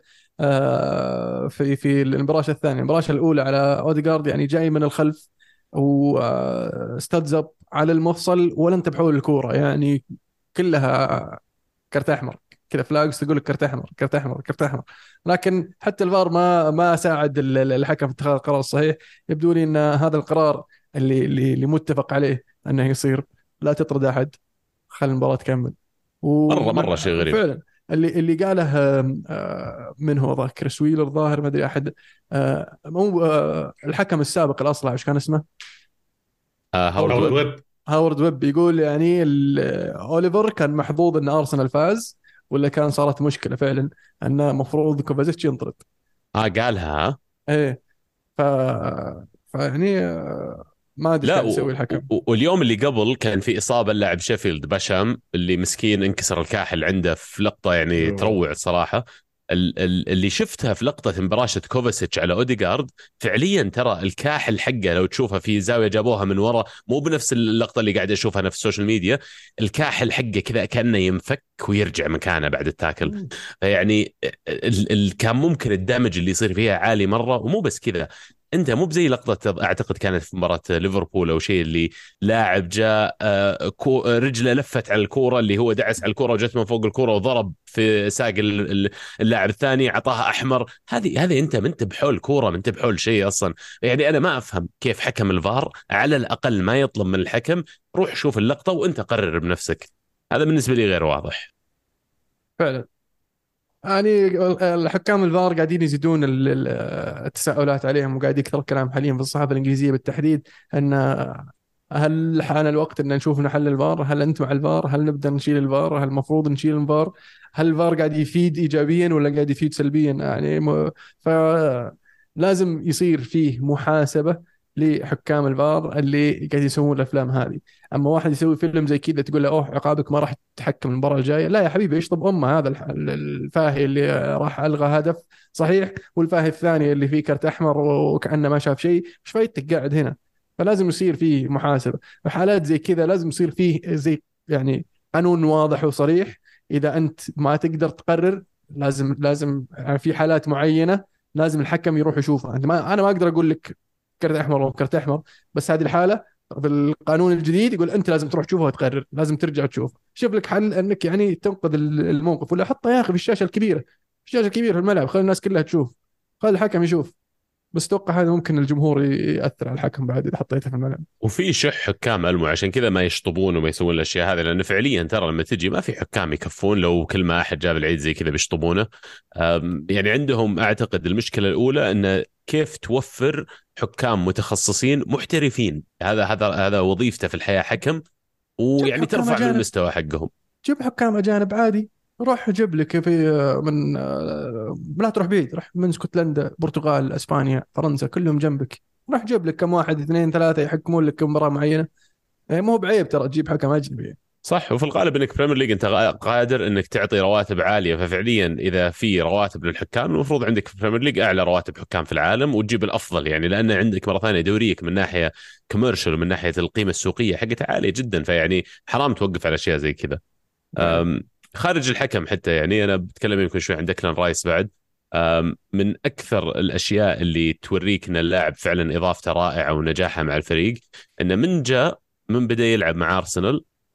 في المباراه الثانيه. المباراه الاولى على اوديجارد يعني جاي من الخلف واستدزب على المفصل ولا انتبهوا للكوره، يعني كلها كرت احمر كذا، فلاجز تقول لك كرت احمر كرت احمر كرت احمر. لكن حتى الفار ما ساعد الحكم في اتخاذ القرار الصحيح. يبدو لي ان هذا القرار اللي متفق عليه انه يصير، لا تطرد احد، خلي المباراه تكمل. مره شيء غريب. وفعلا اللي قاله من هو ذا كريس ويلر ظاهر ما ادري احد، مو الحكم السابق الاصلع ايش كان اسمه؟ هاورد ويب. هاورد ويب يقول يعني اوليفر كان محظوظ ان ارسنال فاز، ولا كان صارت مشكله فعلا انه مفروض كوفازيتش ينطرد. قالها. ايه. ف فيعني ما ادري ايش لا قاعد يسوي الحكم. واليوم اللي قبل كان في إصابة اللاعب شيفيلد باشام، اللي مسكين انكسر الكاحل عنده في لقطة يعني تروع الصراحة. اللي شفتها في لقطة مباراشة كوفاسيتش على أوديغارد، فعليا ترى الكاحل حقه لو تشوفها في زاوية جابوها من ورا، مو بنفس اللقطة اللي قاعد أشوفها أنا في السوشيال ميديا، الكاحل حقه كذا كأنه ينفك ويرجع مكانه بعد التاكل. فيعني كان ممكن الدمج اللي يصير فيها عالي مرة. ومو بس كذا، انت مو بزي لقطه اعتقد كانت في مباراه ليفربول او شيء، اللي لاعب جاء رجله لفت على الكوره، اللي هو دعس على الكوره وجت من فوق الكوره وضرب في ساق اللاعب الثاني اعطاها احمر. هذه انت ما انت بحول كوره، ما انت بحول شيء اصلا. يعني انا ما افهم كيف حكم الفار على الاقل ما يطلب من الحكم روح شوف اللقطه وانت قرر بنفسك. هذا بالنسبه لي غير واضح فعلا يعني الحكام الفار قاعدين يزيدون التساؤلات عليهم، وقاعد يكثر الكلام حاليا في الصحافه الانجليزيه بالتحديد ان هل حان الوقت ان نشوف نحل الفار؟ هل انت مع الفار؟ هل نبدا نشيل الفار؟ هل المفروض نشيل الفار؟ هل الفار قاعد يفيد ايجابيا ولا قاعد يفيد سلبيا؟ يعني فلازم يصير فيه محاسبه لحكام الفار اللي قاعد يسوون الافلام هذه. اما واحد يسوي فيلم زي كذا تقول له اوه عقابك ما راح تتحكم المباراه الجايه، لا يا حبيبي يشطب امه هذا الفاهي اللي راح الغى هدف صحيح، والفاهي الثاني اللي فيه كرت احمر وكانه ما شاف شيء، ايش فايدتك قاعد هنا؟ فلازم يصير فيه محاسبه. وحالات زي كذا لازم يصير فيه زي يعني قانون واضح وصريح. اذا انت ما تقدر تقرر، لازم يعني في حالات معينه لازم الحكم يروح يشوفها. انت ما انا ما اقدر اقول لك كرت احمر او كرت احمر، بس هذه الحاله بالقانون الجديد يقول انت لازم تروح تشوفها وتقرر، لازم ترجع تشوف. شوف لك حل انك يعني تنقذ الموقف، ولا حطها يا اخي في الشاشه الكبيره، في الشاشه الكبيره في الملعب، خلي الناس كلها تشوف، خلي الحكم يشوف. بس اتوقع هذا ممكن الجمهور ياثر على الحكم بعد اذا حطيته في الملعب. وفي شح حكام المو، عشان كذا ما يشطبون وما يسوون الاشياء هذه، لانه فعليا ترى لما تجي ما في حكام يكفون. لو كل ما احد جاب العيد زي كذا بيشطبونه. يعني عندهم اعتقد المشكله الاولى انه كيف توفر حكام متخصصين محترفين. هذا وظيفته في الحياه حكم، ويعني ترفع من المستوى حقهم. جيب حكام اجانب عادي، روح جيب لك في من لا تروح بعيد، روح من اسكتلندا، برتغال، اسبانيا، فرنسا، كلهم جنبك. روح جيب لك كم واحد اثنين ثلاثه يحكمون لك مباراه معينه. مو بعيب ترى تجيب حكم اجنبي. صح. وفي الغالب انك بريمير ليج انت قادر انك تعطي رواتب عاليه، ففعليا اذا في رواتب للحكام المفروض عندك في بريمير ليج اعلى رواتب حكام في العالم، وتجيب الافضل. يعني لان عندك مره ثانيه دوريك من ناحيه كوميرشال ومن ناحيه القيمه السوقيه حقتها عاليه جدا، فيعني حرام توقف على اشياء زي كذا. خارج الحكم حتى، يعني انا بتكلم يمكن شوي عن ديكلان رايس بعد. من اكثر الاشياء اللي توريك ان اللاعب فعلا اضافته رائعه ونجاحه مع الفريق، انه من بدا يلعب مع ارسنال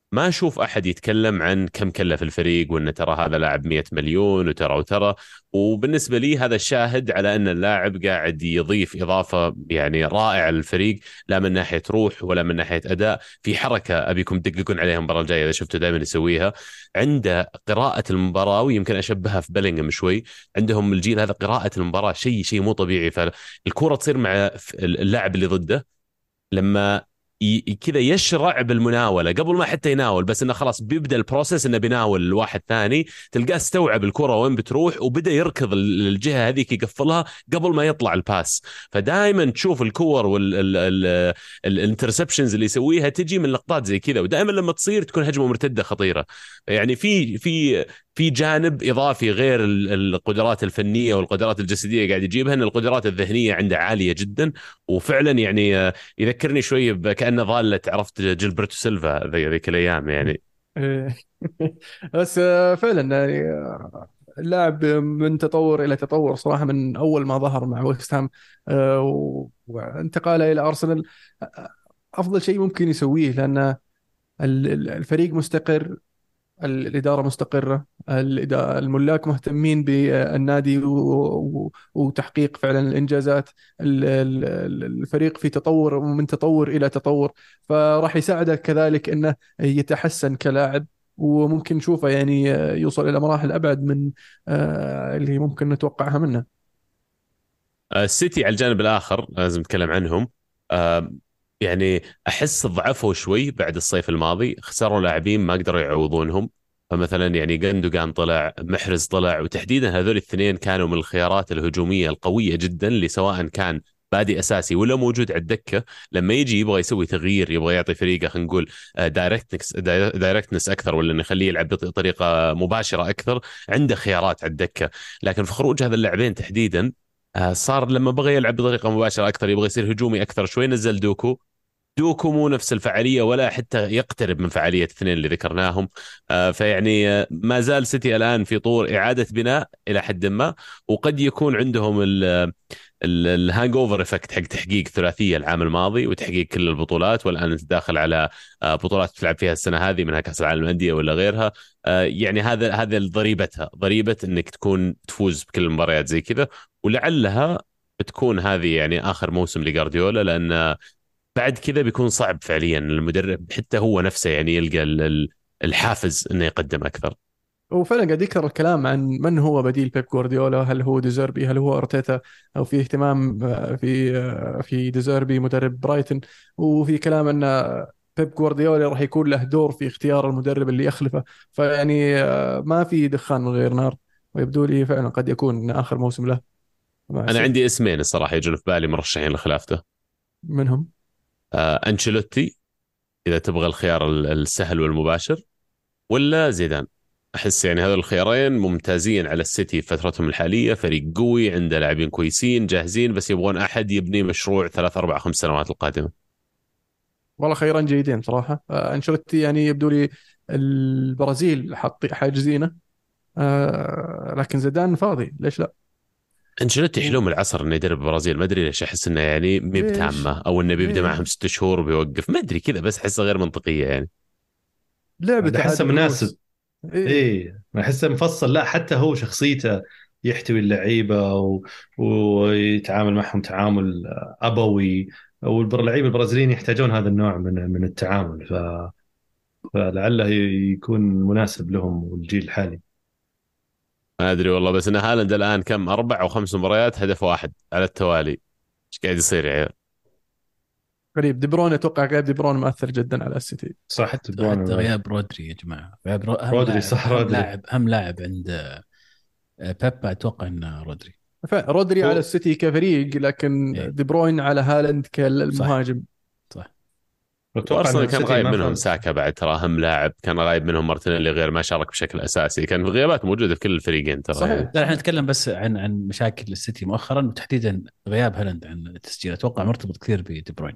ما اشوف احد يتكلم عن كم كلف الفريق، وان ترى هذا لاعب 100 مليون وترى. وبالنسبه لي هذا الشاهد على ان اللاعب قاعد يضيف اضافه يعني رائعه للفريق، لا من ناحيه روح ولا من ناحيه اداء. في حركه ابيكم تدققون عليها المباراه الجايه اذا شفتوا دائما يسويها، عنده قراءه المباراه، ويمكن اشبهها في بلينغهام شوي. عندهم الجيل هذا قراءه المباراه شيء مو طبيعي. فالكره تصير مع اللاعب اللي ضده، لما كذا يشرع بالمناوله قبل ما حتى يناول، بس انه خلاص بيبدا البروسيس انه بيناول الواحد ثاني، تلقاه استوعب الكره وين بتروح وبدا يركض الجهه هذيك يقفلها قبل ما يطلع الباس. فدائما تشوف الكور والانترسبشنز اللي يسويها تجي من لقطات زي كذا، ودائما لما تصير تكون هجمه مرتده خطيره. يعني في جانب اضافي غير القدرات الفنيه والقدرات الجسديه قاعد يجيبها، ان القدرات الذهنيه عنده عاليه جدا. وفعلا يعني يذكرني شوي كأنه ضالة، عرفت جيلبرتو سيلفا ذيك الأيام يعني. إيه. بس فعلا يعني اللاعب من تطور الى تطور صراحه من اول ما ظهر مع ويست هام وانتقاله الى ارسنال. افضل شيء ممكن يسويه، لان الفريق مستقر، الإدارة مستقرة، الملاك مهتمين بالنادي وتحقيق فعلا الإنجازات. الفريق في تطور ومن تطور إلى تطور، فراح يساعده كذلك أنه يتحسن كلاعب، وممكن نشوفه يعني يوصل إلى مراحل أبعد من اللي ممكن نتوقعها منه. السيتي على الجانب الآخر لازم نتكلم عنهم. آه، يعني أحس ضعفوا شوي بعد الصيف الماضي، خسروا لاعبين ما قدروا يعوضونهم. فمثلا يعني جندوجان طلع، محرز طلع، وتحديدا هذول الاثنين كانوا من الخيارات الهجومية القوية جدا، اللي سواء كان بادي اساسي ولا موجود على الدكه، لما يجي يبغى يسوي تغيير، يبغى يعطي فريقه خلينا نقول دايركتنس اكثر، ولا انه يخليه يلعب بطريقه مباشره اكثر، عنده خيارات على الدكه. لكن في خروج هذا اللاعبين تحديدا، صار لما بغى يلعب بطريقه مباشره اكثر، يبغى يصير هجومي اكثر شوي، نزل دوكو مو نفس الفعاليه ولا حتى يقترب من فعاليه الاثنين اللي ذكرناهم. فيعني ما زال سيتي الان في طور اعاده بناء الى حد ما، وقد يكون عندهم الهانج اوفر افكت حق تحقيق ثلاثيه العام الماضي وتحقيق كل البطولات، والان انت داخل على بطولات تلعب فيها السنه هذه، منها كاس العالم للانديه ولا غيرها. يعني هذا ضريبتها، ضريبه انك تكون تفوز بكل المباريات زي كذا. ولعلها بتكون هذه يعني اخر موسم لجارديولا، لان بعد كذا بيكون صعب فعليا المدرب حتى هو نفسه يعني يلقى الحافز انه يقدم اكثر. وفعلا قاعد يكثر الكلام عن من هو بديل بيب جوارديولا، هل هو ديزيربي، هل هو ارتيتا، او في اهتمام في ديزيربي مدرب برايتون، وفي كلام ان بيب جوارديولا راح يكون له دور في اختيار المدرب اللي يخلفه. فيعني ما في دخان من غير نار، ويبدو لي فعلا قد يكون اخر موسم له مع انا السيتي. عندي اسمين الصراحه يجون في بالي مرشحين لخلافته. منهم انشيلوتي اذا تبغى الخيار السهل والمباشر، ولا زيدان. احس يعني هذول الخيارين ممتازين على السيتي في فترتهم الحاليه، فريق قوي عنده لاعبين كويسين جاهزين، بس يبغون احد يبني مشروع 3 4 5 سنوات القادمه. والله خيرا جيدين صراحة. أنشيلوتي يعني يبدو لي البرازيل حاجزينه، لكن زيدان فاضي، ليش لا؟ انشيلوتي حلو من العصر انه يدرب البرازيل، ما ادري ليش احس انه يعني مي ليش؟ بتامه، او انه بيبدا ليه؟ معهم 6 شهور وبيوقف، ما ادري كذا، بس احسها غير منطقيه يعني. لعبته احسه عاد مناسب. فلوس. إيه. ايه احسه مفصل، لا حتى هو شخصيته يحتوي اللعيبه ويتعامل معهم تعامل ابوي، واللعيبه البرازيليين يحتاجون هذا النوع من التعامل، فلعله يكون مناسب لهم والجيل الحالي. ما ادري والله، بس ان هالاند الان كم 4 أو 5 مباريات هدف واحد على التوالي، ايش قاعد يصير يا عيال؟ غريب. دي بروين اتوقع غياب دي بروين مؤثر جدا على السيتي. صح، حتى غياب رودري يا جماعه، غياب اهم رودري، لاعب، صح رودري. اهم لاعب عند بيب، اتوقع انه رودري. رودري على هو السيتي كفريق، لكن ايه دي بروين على هالاند صح كالمهاجم. صح. اتوقع ان وارسنال كان السيتي غايب ما منهم فاز. ساكا بعد، ترى اهم لاعب كان غايب منهم مارتينيلي، غير ما شارك بشكل اساسي، كان في غيابات موجوده في كل الفريقين ترى يعني. صحيح. لا احنا نتكلم بس عن مشاكل السيتي مؤخرا، وتحديدا غياب هالاند عن التسجيل، اتوقع مرتبط كثير بدي بروين.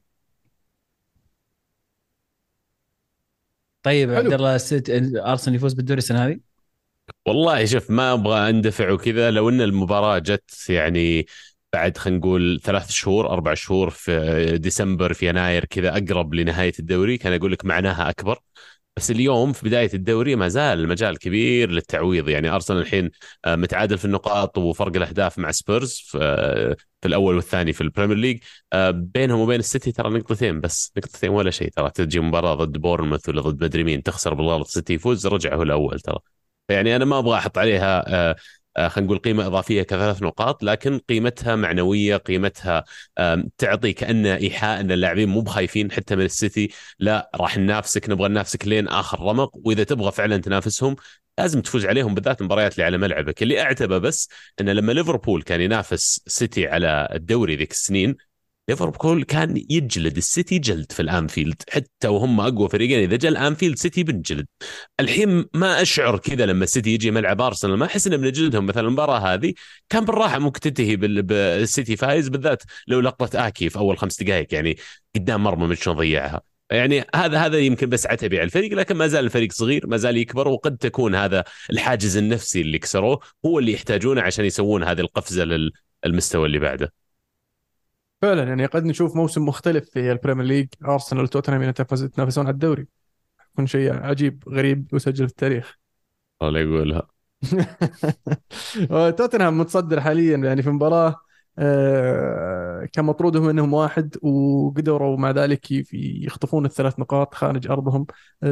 طيب عبد حلو. الله، ارسنال يفوز بالدوري السنه هذه؟ والله شوف، ما ابغى اندفع وكذا، لو ان المباراه جت يعني بعد خلينا نقول 3 شهور 4 شهور في ديسمبر في يناير كذا اقرب لنهايه الدوري، كان اقول لك معناها اكبر. بس اليوم في بداية الدوري ما زال المجال كبير للتعويض. يعني أرسنال الحين متعادل في النقاط وفرق الأهداف مع سبيرز في الأول والثاني في البريمير ليج. بينهم وبين السيتي ترى نقطتين بس، نقطتين ولا شيء. ترى تجي مباراة ضد بورنموث ولا ضد مدري مين تخسر بالغلط، السيتي يفوز رجع هو الأول ترى. يعني أنا ما أبغى أحط عليها خلينا نقول قيمة إضافية كثلاث نقاط، لكن قيمتها معنوية، قيمتها تعطي كأن إيحاء أن اللاعبين مو بخايفين حتى من السيتي. لا راح ننافسك، نبغى ننافسك لين آخر رمق، وإذا تبغى فعلا تنافسهم لازم تفوز عليهم، بالذات المباريات اللي على ملعبك. اللي أعتبه بس أن لما ليفربول كان ينافس سيتي على الدوري ذيك السنين، ليفربول كان يجلد السيتي جلد في الانفيلد، حتى وهم اقوى فريقين اذا جاء الانفيلد سيتي بنجلد. الحين ما اشعر كذا لما السيتي يجي ملعب ارسنال، ما احس ان بنجلدهم. مثلا المباراه هذه كان بالراحه ممكن تنتهي بالسيتي فايز، بالذات لو لقطه اكي في اول 5 دقائق يعني قدام مرمى مش ضيعها. يعني هذا يمكن بس عتبي على الفريق، لكن ما زال الفريق صغير، ما زال يكبر، وقد تكون هذا الحاجز النفسي اللي كسروه هو اللي يحتاجونه عشان يسوون هذه القفزه للمستوى اللي بعده. فعلا يعني قد نشوف موسم مختلف في البريمير ليج، ارسنال وتوتنهام يتنافسون على الدوري، يكون شيء عجيب غريب يسجل في التاريخ. الله يقولها. توتنهام متصدر حاليا، يعني في مباراة كان مطرودهم منهم واحد وقدروا مع ذلك يخطفون ال3 نقاط خارج أرضهم.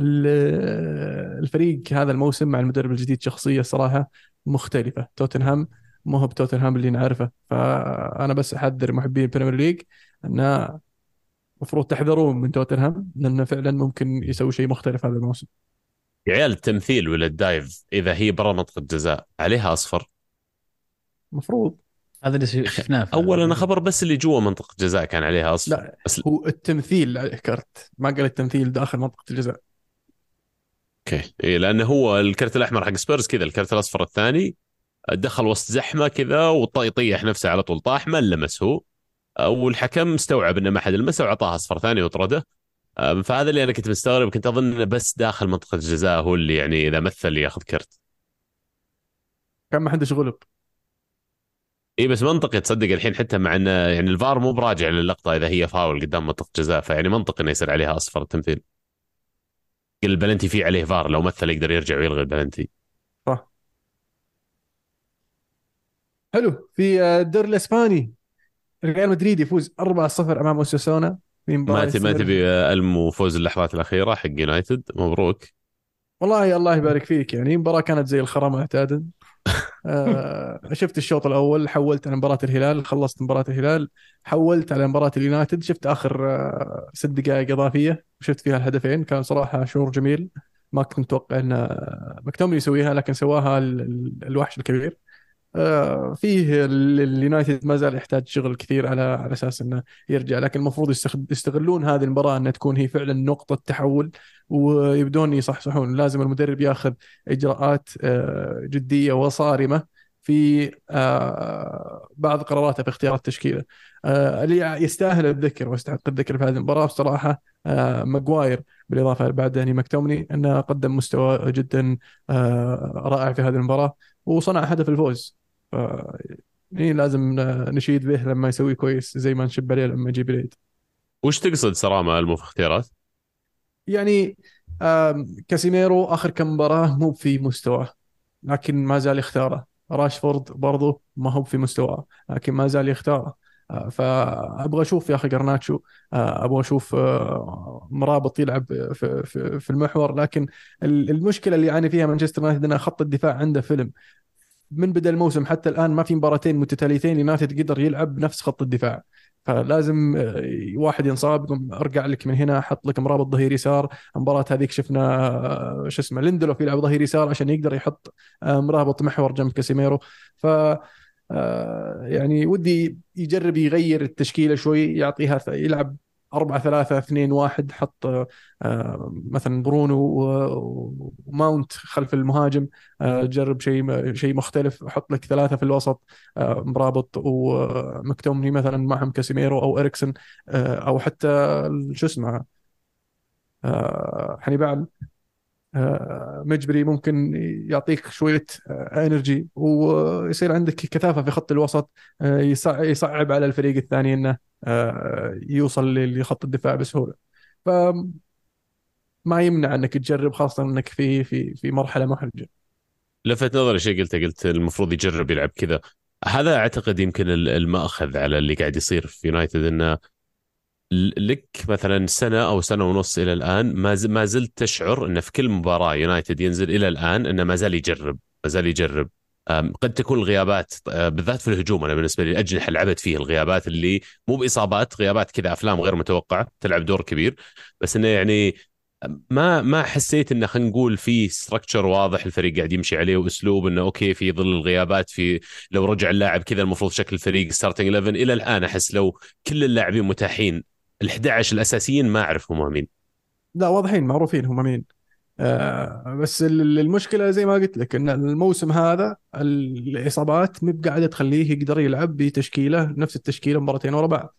الفريق هذا الموسم مع المدرب الجديد شخصية صراحة مختلفة. توتنهام ما هو بتوتنهام اللي نعرفه، فأنا بس أحذر محبين البريمير ليج أن المفروض تحذرون من توتنهام، لأنه فعلا ممكن يسوي شيء مختلف هذا الموسم. يا عيال التمثيل ولا الدايف اذا هي برا منطقه جزاء عليها اصفر. المفروض. هذا اللي شفناه اولا خبر بس اللي جوا منطقه جزاء كان عليها اصفر لا، بس. هو التمثيل عليه كرت، ما قال التمثيل داخل منطقة الجزاء. اوكي إيه، لانه هو الكرت الاحمر حق سبيرز كذا، الكرت الاصفر الثاني دخل وسط زحمه كذا وطيح نفسه على طول، طاح ما لمس هو، والحكم استوعب انه ما حد لمسه وعطاه اصفر ثاني وطرده. فهذا اللي انا كنت مستغرب، كنت اظن إنه بس داخل منطقه الجزاء هو اللي يعني اذا مثل ياخذ كرت. كان ما حدش غلب. اي بس منطقي تصدق الحين، حتى مع انه يعني الفار مو براجع للقطه اذا هي فاول قدام منطقه جزاء، فيعني منطقي انه يصير عليها اصفر التمثيل. البلنتي فيه عليه فار، لو مثل يقدر يرجع ويلغي البلنتي. صح. حلو. في الدوري الاسباني ريال مدريد يفوز 4-0 امام اوساسونا في مباراة ما يستمر. تبي المو فوز اللحظات الاخيره حق يونايتد؟ مبروك. والله الله يبارك فيك، يعني مباراة كانت زي الخرا معتادا. شفت الشوط الاول، حولت على مباراة الهلال، خلصت مباراة الهلال حولت على مباراة اليونايتد، شفت اخر 6 دقائق اضافية وشفت فيها الهدفين، كان صراحة شعور جميل. ما كنت متوقع ان مكتومني يسويها، لكن سواها الوحش الكبير. فيه اليونايتد ما زال يحتاج شغل كثير على اساس انه يرجع، لكن المفروض يستغلون هذه المباراه انها تكون هي فعلا نقطه تحول، ويبدون يصحصحون. لازم المدرب ياخذ اجراءات جديه وصارمه في بعض قراراته في اختيار التشكيله. اللي يستاهل الذكر ويستحق الذكر في هذه المباراه بصراحه ماجواير، بالاضافه بعد داني مكتومني انه قدم مستوى جدا رائع في هذه المباراه وصنع هدف الفوز. ف... يعني لازم نشيد به لما يسوي كويس، زي ما نشب عليه لما يجيب العيد. وش تقصد سرامه المو في اختيارات؟ يعني كاسيميرو آخر كم مباراة مو في مستواه، لكن ما زال يختاره. راشفورد برضو ما هو في مستواه، لكن ما زال يختاره. فأبغى أشوف يا أخي جرناتشو، أبغى أشوف مرابط يلعب في المحور. لكن المشكلة اللي يعاني فيها مانشستر يونايتد أن خط الدفاع عنده فيلم. من بدأ الموسم حتى الآن ما في مباراتين متتاليتين يونايتد قدر يلعب بنفس خط الدفاع. فلازم واحد ينصاب يقوم ارجع لك من هنا، احط لك مرابط ظهير يسار. المباراه هذيك شفنا شو اسمه ليندلوف يلعب ظهير يسار عشان يقدر يحط مرابط محور جنب كاسيميرو. ف يعني ودي يجرب يغير التشكيله شوي، يعطيها يلعب 4-3-2-1، حط مثلا برونو وماونت خلف المهاجم. جرب شيء مختلف، احط لك 3 في الوسط، مرابط ومكتومني مثلا معهم كاسيميرو او اريكسن، او حتى شو اسمه حنيبال مجبري، ممكن يعطيك شوية انرجي ويصير عندك كثافة في خط الوسط. يصعب على الفريق الثاني انه يوصل لخط الدفاع بسهولة. ف ما يمنع انك تجرب، خاصه انك في مرحله محرجه. لفت نظري شيء قلت المفروض يجرب يلعب كذا. هذا اعتقد يمكن المأخذ على اللي قاعد يصير في يونايتد، انه لك مثلا سنه او سنه ونص الى الان ما زلت تشعر انه في كل مباراه يونايتد ينزل الى الان انه ما زال يجرب، ما زال يجرب. قد تكون الغيابات بالذات في الهجوم، انا بالنسبه لي الاجنحه لعبت فيه الغيابات اللي مو باصابات، غيابات كذا افلام غير متوقعه تلعب دور كبير. بس انه يعني ما حسيت انه خلينا نقول في ستراكشر واضح الفريق قاعد يمشي عليه، واسلوب انه اوكي في ظل الغيابات، في لو رجع اللاعب كذا المفروض شكل الفريق ستارتنج 11. الى الان احس لو كل اللاعبين متاحين، ال11 الاساسيين ما اعرف هم مين. لا واضحين معروفين هم مين. بس المشكله زي ما قلت لك ان الموسم هذا الاصابات مو قاعده تخليه يقدر يلعب بتشكيله نفس التشكيله مباراتين ورا بعض.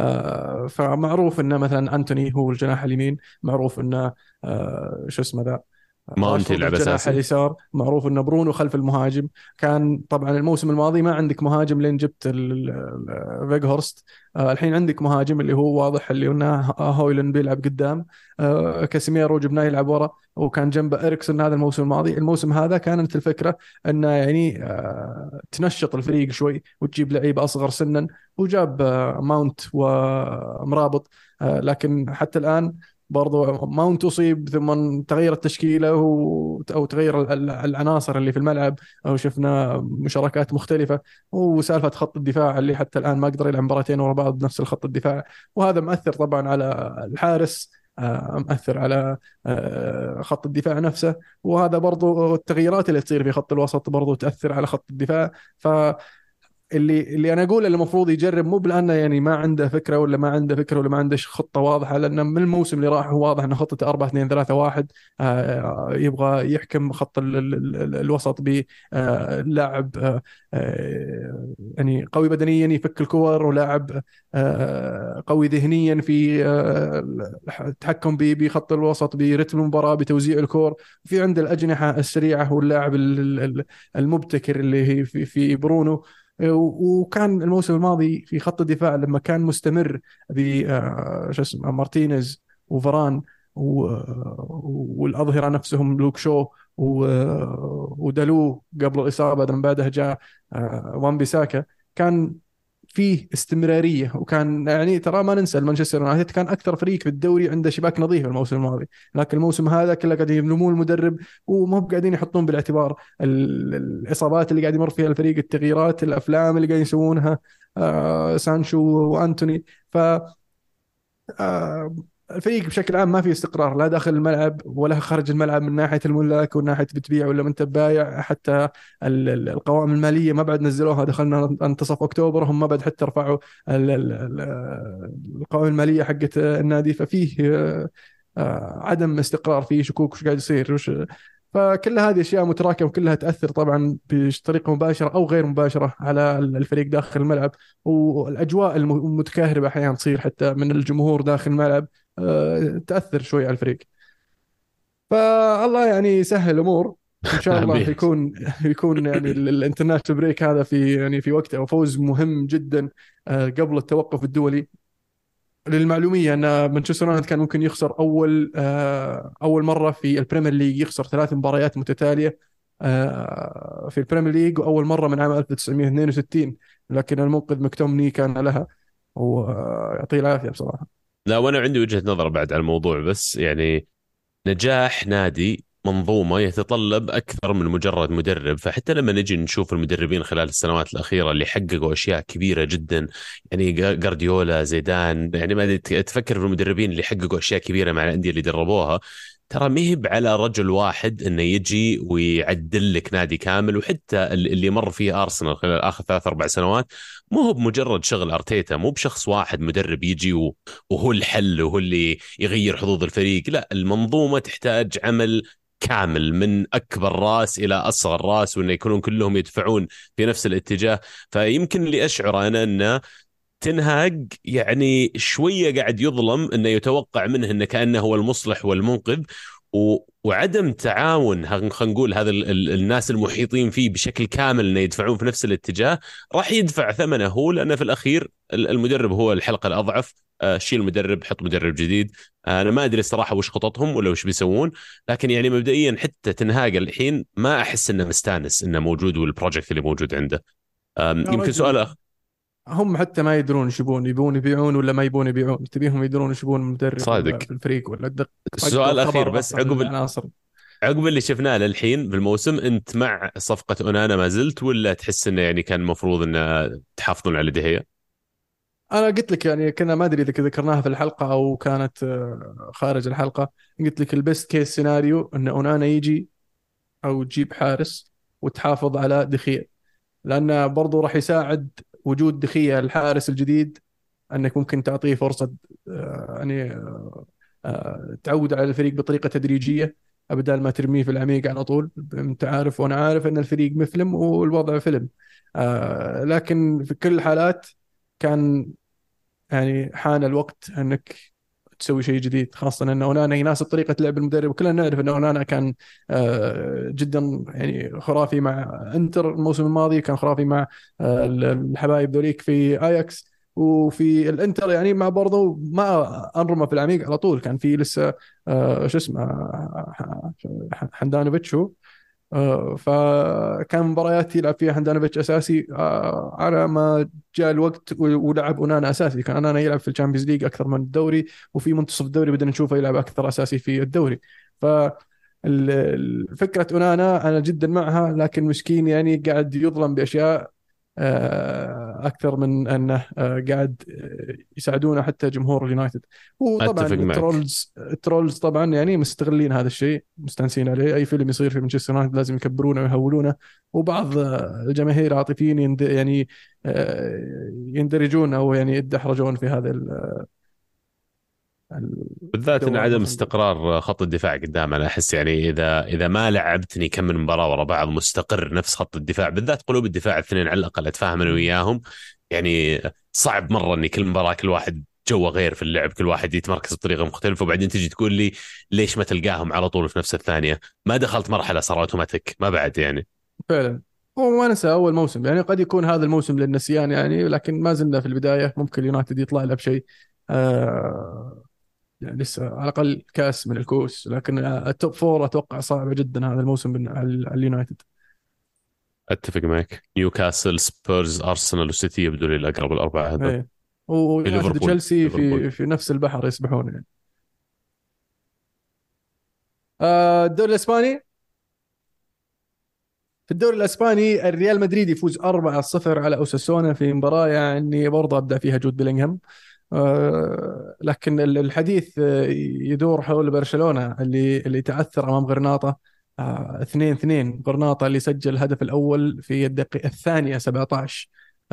فمعروف ان مثلا انتوني هو الجناح اليمين، معروف ان شو اسمه ذا ماونت راشفورد يلعب الجناح اساسي. اليسار، معروف ان برونو خلف المهاجم. كان طبعا الموسم الماضي ما عندك مهاجم لين جبت فيغهورست. الحين عندك مهاجم اللي هو واضح اللي قلنا هويلن بيلعب قدام، كاسيميرو جبناه يلعب ورا، وكان جنبه إريكسون. هذا الموسم الماضي. الموسم هذا كانت الفكرة أنه يعني تنشط الفريق شوي وتجيب لعيبة أصغر سنا، وجاب ماونت ومرابط. لكن حتى الآن برضو ماونت أصيب، ثم تغيرت تشكيله أو تغير العناصر اللي في الملعب، أو شفنا مشاركات مختلفة. وسالفة خط الدفاع اللي حتى الآن ما قدر يلعب مباراتين ورا بعض بنفس الخط الدفاع، وهذا مأثر طبعا على الحارس، مأثر على خط الدفاع نفسه. وهذا برضو التغييرات اللي تصير في خط الوسط برضو تأثر على خط الدفاع. اللي انا اقول اللي المفروض يجرب، مو بلانه يعني ما عنده فكره ولا ما عنده فكره ولا ما عنده خطه واضحه، لان من الموسم اللي راح هو واضح ان خطته 4-2-3-1. يبغى يحكم خط الوسط بلاعب يعني قوي بدنيا يفك الكور، ولاعب قوي ذهنيا في التحكم بخط الوسط برتم المباراه بتوزيع الكور. في عنده الاجنحه السريعه واللاعب المبتكر اللي هي في برونو. وكان الموسم الماضي في خط الدفاع لما كان مستمر ب شو اسمه مارتينيز وفران والأظهرة نفسهم لوك شو ودالو قبل الإصابة، من بعدها جاء وان بيساكا. كان فيه استمرارية، وكان يعني ترى ما ننسى مانشستر يونايتد كان أكثر فريق في الدوري عنده شباك نظيف الموسم الماضي، لكن الموسم هذا كله قاعدين يلومون المدرب، وما قاعدين يحطون بالاعتبار الإصابات اللي قاعد يمر فيها الفريق، التغييرات، الأفلام اللي قاعدين يسوونها سانشو وأنتوني. ف الفريق بشكل عام ما في استقرار، لا داخل الملعب ولا خارج الملعب، من ناحية الملاك ومن ناحية بتبيع ولا ما انت بايع. حتى القوائم المالية ما بعد نزلوها، دخلنا منتصف أكتوبر هم ما بعد حتى رفعوا القوائم المالية حقت النادي. ففيه عدم استقرار، فيه شكوك وش قاعد يصير فكل هذه أشياء متراكمة وكلها تأثر طبعا بطريقة مباشرة أو غير مباشرة على الفريق داخل الملعب. والأجواء المتكهربة أحيانا تصير حتى من الجمهور داخل الملعب، تأثر شوي على الفريق. فالله يعني يسهل الأمور إن شاء الله. آمين. يكون يعني الانترناشونال بريك هذا في يعني في وقته، وفوز مهم جدا قبل التوقف الدولي. للمعلومية أن مانشستر يونايتد كان ممكن يخسر أول مرة في البريمير ليج، يخسر 3 مباريات متتالية في البريمير ليج، وأول مرة من عام 1962، لكن المنقذ مكتومني كان لها، ويعطيه العافية بصراحة. لا، وانا عندي وجهة نظر بعد على الموضوع، بس يعني نجاح نادي منظومة يتطلب أكثر من مجرد مدرب. فحتى لما نجي نشوف المدربين خلال السنوات الأخيرة اللي حققوا أشياء كبيرة جدا، يعني جارديولا، زيدان، يعني ما تفكر في المدربين اللي حققوا أشياء كبيرة مع الأندية اللي دربوها، ترى مهب على رجل واحد انه يجي ويعدل لك نادي كامل. وحتى اللي مر فيه ارسنال خلال اخر 3-4 سنوات مو هو بمجرد شغل ارتيتا، مو بشخص واحد مدرب يجي وهو الحل وهو اللي يغير حظوظ الفريق. لا، المنظومة تحتاج عمل كامل من أكبر راس إلى أصغر راس، وأن يكونون كلهم يدفعون في نفس الاتجاه. فيمكن اللي أشعر أنا أنه تنهاج يعني شوية قاعد يظلم، أنه يتوقع منه أنه كأنه هو المصلح والمنقذ، وعدم تعاون خلينا نقول هذا الناس المحيطين فيه بشكل كامل أنه يدفعون في نفس الاتجاه. راح يدفع ثمنه هو، لأنه في الأخير المدرب هو الحلقة الأضعف، شيل مدرب حط مدرب جديد. انا ما ادري الصراحه وش خططهم ولا وش بيسوون، لكن يعني مبدئيا حتى تنهاج الحين ما احس انه مستانس انه موجود والبروجكت اللي موجود عنده. يا يمكن سؤال رجل، هم حتى ما يدرون ايش يبون يبيعون ولا ما يبون يبيعون، تبيهم يدرون ايش يبون مدرب صادق. ولا في الفريق ولا رجعوا سؤال اخير خبر بس اصلا عقب العناصر. عقب اللي شفناه للحين بالموسم، انت مع صفقه اونانا ما زلت، ولا تحس انه يعني كان المفروض انه تحافظون على دهيا؟ انا قلت لك يعني كنا ما ادري اذا ذكرناها في الحلقه او كانت خارج الحلقه. قلت لك البيست كيس سيناريو ان اونانا يجي او تجيب حارس وتحافظ على دخية، لانه برضو راح يساعد وجود دخية الحارس الجديد انك ممكن تعطيه فرصه يعني تعود على الفريق بطريقه تدريجيه بدل ما ترميه في العميق على طول. انت عارف وانا عارف ان الفريق مفلم والوضع فيلم. لكن في كل الحالات كان يعني حان الوقت انك تسوي شيء جديد، خاصة ان اونانا يناسب طريقة لعب المدرب، وكلنا نعرف ان اونانا كان جدا يعني خرافي مع انتر الموسم الماضي، كان خرافي مع الحبايب ذوليك في اياكس وفي الانتر، يعني مع برضه ما انرمى في العميق على طول، كان في لسه شو اسمه حندانوفيتش هو. فكان مباريات يلعب فيها هاندانوفيتش اساسي على ما جاء الوقت ولعب اونانا اساسي. كان اونانا يلعب في الشامبيونز ليج اكثر من الدوري، وفي منتصف الدوري بدنا نشوفه يلعب اكثر اساسي في الدوري. ف فكرة اونانا انا جدا معها، لكن مسكين يعني قاعد يظلم باشياء اكثر من انه قاعد يساعدونه حتى جمهور اليونايتد. وطبعا اتفق معك. الترولز طبعا يعني مستغلين هذا الشيء، مستانسين عليه. اي فيلم يصير في مانشستر يونايتد لازم يكبرونه ويهولونه، وبعض الجماهير عاطفيين يعني يندرجون او يعني يدحرجون في هذا بالذات ان الدوامه، عدم خلينا نقول. استقرار خط الدفاع قدام، انا احس يعني اذا ما لعبتني كم من مباراه ورا بعض مستقر نفس خط الدفاع، بالذات قلوب الدفاع الاثنين على الاقل اتفاهم انا مم. وياهم. يعني صعب مره اني كل مباراه كل واحد جوه غير في اللعب، كل واحد يتمركز بطريقه مختلفه، وبعدين تجي تقول لي ليش ما تلقاهم على طول في نفس الثانيه؟ ما دخلت مرحله صار اوتوماتيك ما بعد يعني. فعلا. وما ننسى اول موسم، يعني قد يكون هذا الموسم للنسيان يعني، لكن ما زلنا في البدايه، ممكن اليونايتد يطلع له بشيء يعني لسه على الاقل كاس من الكؤوس، لكن التوب فور اتوقع صعبه جدا هذا الموسم على اليونايتد. اتفق معك. نيوكاسل سبيرز ارسنال وسيتي يبدو لي الاقرب الاربعه هذول. ايه، في ويونايتد ليفربول وتشيلسي ليفربول في نفس البحر يسبحون يعني. الدوري الاسباني. في الدوري الاسباني الريال مدريد يفوز 4-0 على اوساسونا في مباراه يعني برضه ابدع فيها جود بيلينغهام. لكن الحديث يدور حول برشلونة اللي تعثر أمام غرناطة 2-2. غرناطة اللي سجل الهدف الأول في الدقيقة الثانية 17،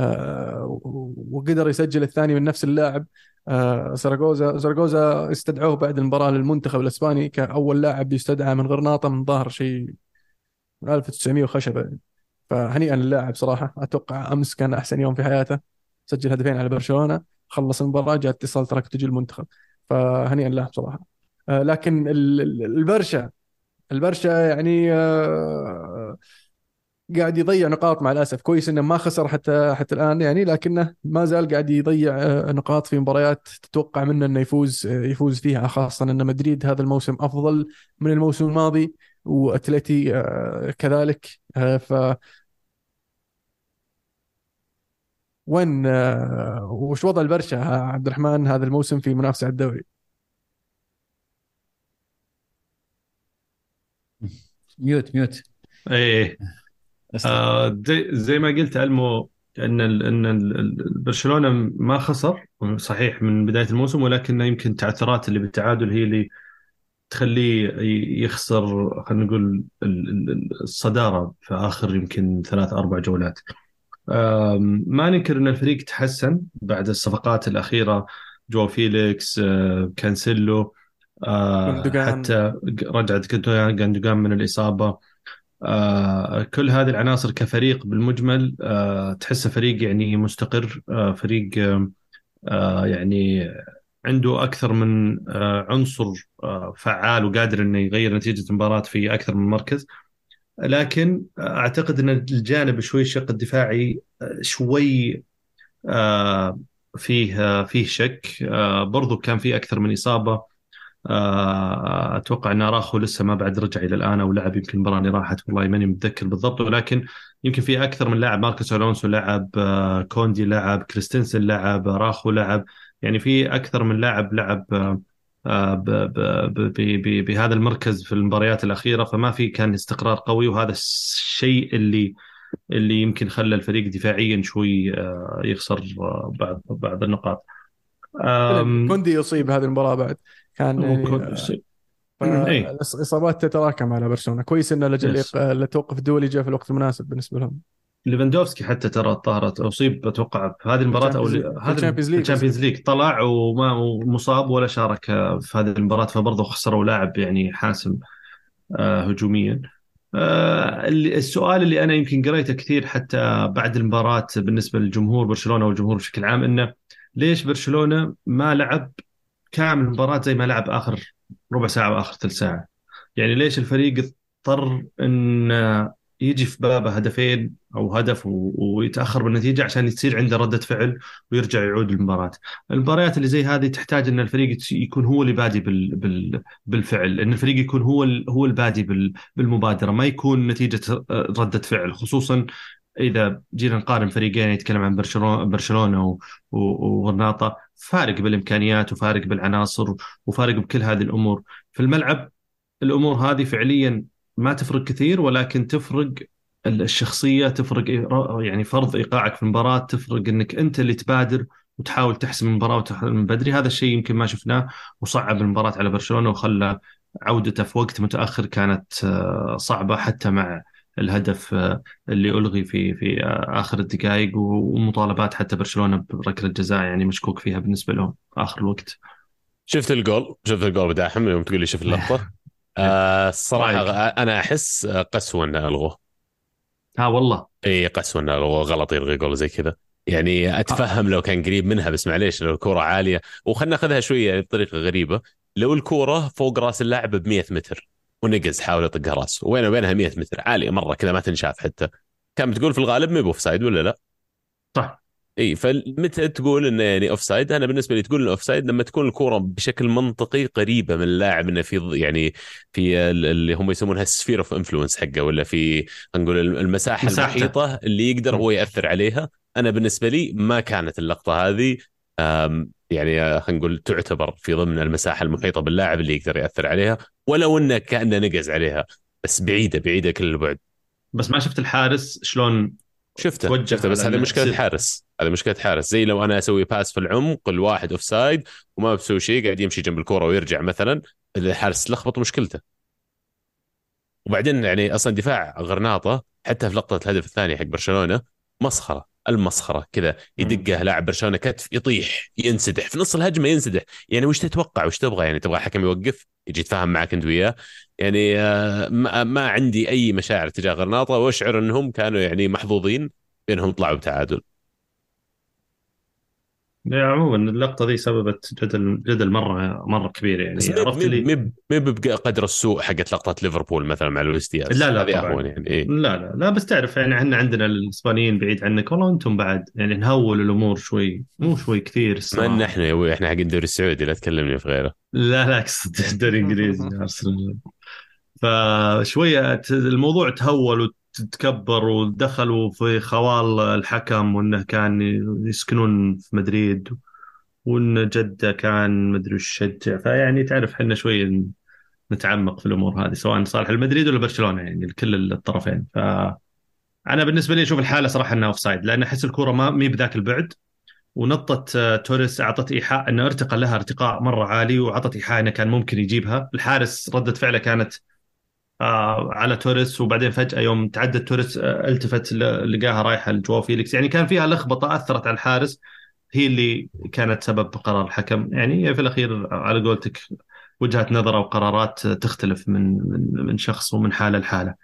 وقدر يسجل الثاني من نفس اللاعب. زراغوزا استدعوه بعد المباراة للمنتخب الإسباني كأول لاعب يستدعى من غرناطة من ظهر شيء من 1900 وخشبة. فهنيئا للاعب صراحة، أتوقع أمس كان أحسن يوم في حياته، سجل هدفين على برشلونة، خلص المباراة جاء اتصال ترك تجي المنتخب، فهنيئا له بصراحة. لكن البرشا يعني قاعد يضيع نقاط مع الأسف. كويس إنه ما خسر حتى الآن يعني، لكنه ما زال قاعد يضيع نقاط في مباريات تتوقع منه إنه يفوز فيها، خاصة إن مدريد هذا الموسم أفضل من الموسم الماضي، وأتلتي كذلك. وين وش وضع البرشا عبد الرحمن هذا الموسم في منافسة على الدوري؟ ميوت ميوت. ايه. اسلم. زي ما قلت المو، برشلونة ما خسر صحيح من بداية الموسم، ولكن يمكن تعثرات اللي بالتعادل هي اللي تخليه يخسر، خلينا نقول الصدارة في آخر يمكن 3 4 جولات. ما ننكر أن الفريق تحسن بعد الصفقات الأخيرة، جو فيليكس، كانسيلو، جندوجان. حتى رجعت جندوجان من الإصابة. كل هذه العناصر كفريق بالمجمل تحسه فريق يعني مستقر، فريق يعني عنده أكثر من عنصر فعال وقادر أنه يغير نتيجة المباراة في أكثر من مركز. لكن أعتقد أن الجانب شوي الشق الدفاعي شوي فيه شك. برضو كان في أكثر من إصابة. أتوقع أن أراخو لسه ما بعد رجع إلى الآن، أو لعب يمكن المباراة اللي راحت، والله ماني متذكر بالضبط، ولكن يمكن في أكثر من لاعب. ماركوس ألونسو لعب، كوندي لعب، كريستنسن لعب، أراخو لعب. يعني في أكثر من لاعب لعب بهذا المركز في المباريات الأخيرة، فما في كان استقرار قوي، وهذا الشيء اللي يمكن خلى الفريق دفاعيا شوي يخسر بعض النقاط. فعلا كوندي يصيب هذه المباراة بعد، كان يعني اي فالإصابات تتراكم على برشلونة. كويس إن الأجل يس. التوقف الدولي جاء في الوقت المناسب بالنسبة لهم. ليفاندوفسكي حتى ترى طهرت أصيب أتوقع في هذه المباراة، أو في هذا الشامبيونز ليج الشامبيونز ليج، طلع وما مصاب ولا شارك في هذه المباراة، فبرضه خسروا لاعب يعني حاسم هجوميا. السؤال اللي أنا يمكن قريته كثير حتى بعد المباراة بالنسبة للجمهور برشلونة والجمهور بشكل عام، إنه ليش برشلونة ما لعب كامل المباراة زي ما لعب آخر ربع ساعة وآخر ثلث ساعة؟ يعني ليش الفريق اضطر ان يجي في بابه هدفين او هدف ويتاخر بالنتيجه عشان يصير عنده رده فعل ويرجع يعود المباراه؟ المباريات اللي زي هذه تحتاج ان الفريق يكون هو اللي بادي بالفعل، ان الفريق يكون هو البادي بالمبادره، ما يكون نتيجه رده فعل. خصوصا اذا جينا نقارن فريقين، يتكلم عن برشلونه وغرناطه، فارق بالامكانيات وفارق بالعناصر وفارق بكل هذه الامور. في الملعب الأمور هذه فعليا ما تفرق كثير، ولكن تفرق الشخصية، تفرق يعني فرض إيقاعك في المباراة، تفرق أنك أنت اللي تبادر وتحاول تحسم المباراة من بدري. هذا الشيء يمكن ما شفناه، وصعب المباراة على برشلونة، وخلى عودته في وقت متأخر كانت صعبة، حتى مع الهدف اللي ألغي في آخر الدقائق، ومطالبات حتى برشلونة بركلة جزاء يعني مشكوك فيها بالنسبة لهم آخر الوقت. شفت الجول بداحم يوم تقول لي شوف اللقطة. الصراحة رأيك؟ أنا أحس قسوة أنه ألغوه. ها والله. اي قسوة انه غلط يلغي جول زي كذا. يعني اتفهم لو كان قريب منها، بس معليش لو الكرة عالية، وخلنا ناخذها شوية بطريقة غريبة. لو الكرة فوق راس اللاعب ب 100 متر ونقز حاول يطقها راسه، وين وبينها 100 متر عالية مرة كذا ما تنشاف حتى، كان بتقول في الغالب ما اوف سايد ولا لا؟ صح. اي فمتى تقول انه يعني اوف سايد؟ انا بالنسبه لي تقول انه اوف سايد لما تكون الكوره بشكل منطقي قريبه من اللاعب، انه في يعني في اللي هم يسمونها السفير اوف انفلونس حقه، ولا في خلينا نقول المساحه مساحته. المحيطه اللي يقدر هو ياثر عليها. انا بالنسبه لي ما كانت اللقطه هذه يعني خلينا نقول تعتبر في ضمن المساحه المحيطه باللاعب اللي يقدر ياثر عليها، ولو انه كانه نقز عليها، بس بعيده بعيده كل البعد. بس ما شفت الحارس شلون توجه شفته على بس هذه انه مشكله تصير. حارس، هذه مشكله حارس. زي لو انا اسوي باس في العمق الواحد اوف سايد وما بسوي شيء، قاعد يمشي جنب الكوره ويرجع مثلا، الحارس لخبط مشكلته. وبعدين يعني اصلا دفاع غرناطه حتى في لقطه الهدف الثاني حق برشلونه مسخره، المسخره كذا، يدقه لاعب برشلونه كتف يطيح ينسدح في نص الهجمه ينسدح. يعني وش تتوقع؟ وش تبغى؟ يعني تبغى الحكم يوقف يجي يتفاهم معك انت وياه؟ يعني ما عندي اي مشاعر تجاه غرناطه، واشعر انهم كانوا يعني محظوظين بانهم طلعوا بتعادل. يعني عموما اللقطه دي سببت جدل مره كبير، بس يعني عرفت لي. مي بقدر السوء حقت لقطه ليفربول مثلا مع لويس دياز، لا لا هذه اهون طبعا. يعني. إيه؟ لا بس تعرف يعني احنا عندنا الاسبانيين بعيد عنك والله، انتم بعد يعني نهول الامور شوي، مو شوي كثير ما ان الصراحه. احنا يا ابوي احنا حق الدوري السعودي، لا تكلمني في غيره. لا اقصد الدوري الانجليزي ارسنال. فشويه الموضوع تهول وتتكبر، ودخلوا في خوال الحكم، وانه كان يسكنون في مدريد، وان جده كان مدري وش شجع. فيعني تعرف احنا شوي نتعمق في الامور هذه، سواء صالح المدريد ولا برشلونه، يعني لكل الطرفين. فانا بالنسبه لي اشوف الحاله صراحه انها اوف سايد، لان احس الكوره ما مي بذاك البعد، ونطت توريس اعطت ايحاء انه ارتقى لها ارتقاء مره عالي، واعطت ايحاء انه كان ممكن يجيبها. الحارس رده فعله كانت على توريس، وبعدين فجاه يوم تعدت توريس التفت لقاها رايحه لجواو فيليكس. يعني كان فيها لخبطه اثرت على الحارس، هي اللي كانت سبب قرار الحكم. يعني في الأخير على قولتك وجهة نظر أو قرارات تختلف من شخص ومن حالة لحالة.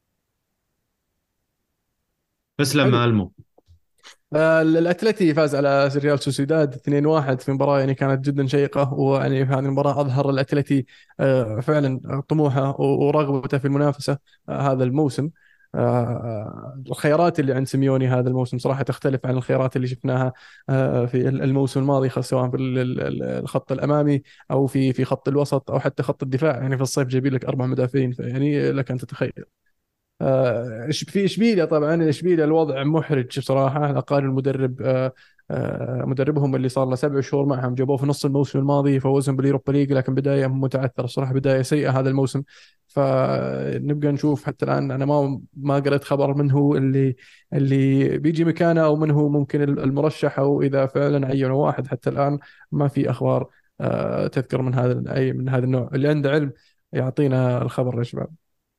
بس حلو. لما ألمو الاتلتي فاز على ريال سوسيداد 2-1 في مباراة يعني كانت جدا شيقة، ويعني في هذه المباراة أظهر الاتلتي فعلا طموحه ورغبته في المنافسة هذا الموسم. الخيارات اللي عند سيميوني هذا الموسم صراحة تختلف عن الخيارات اللي شفناها في الموسم الماضي، سواء في الخط الأمامي أو في خط الوسط أو حتى خط الدفاع. يعني في الصيف جايبين لك 4 مدافعين، فيعني لك أن تتخيل. في اشبيليا، طبعا اشبيليا الوضع محرج بصراحه، على الاقل المدرب مدربهم اللي صار له 7 شهور معهم، جابوه في نص الموسم الماضي، فوزهم باليوروبا ليج، لكن بدايه متعثره صراحه، بدايه سيئه هذا الموسم. فنبقى نشوف. حتى الان انا ما قرأت خبر من هو اللي بيجي مكانه، او من هو ممكن المرشح، او اذا فعلا عينوا واحد. حتى الان ما في اخبار تذكر من هذا اي من هذا النوع. اللي عنده علم يعطينا الخبر يا شباب.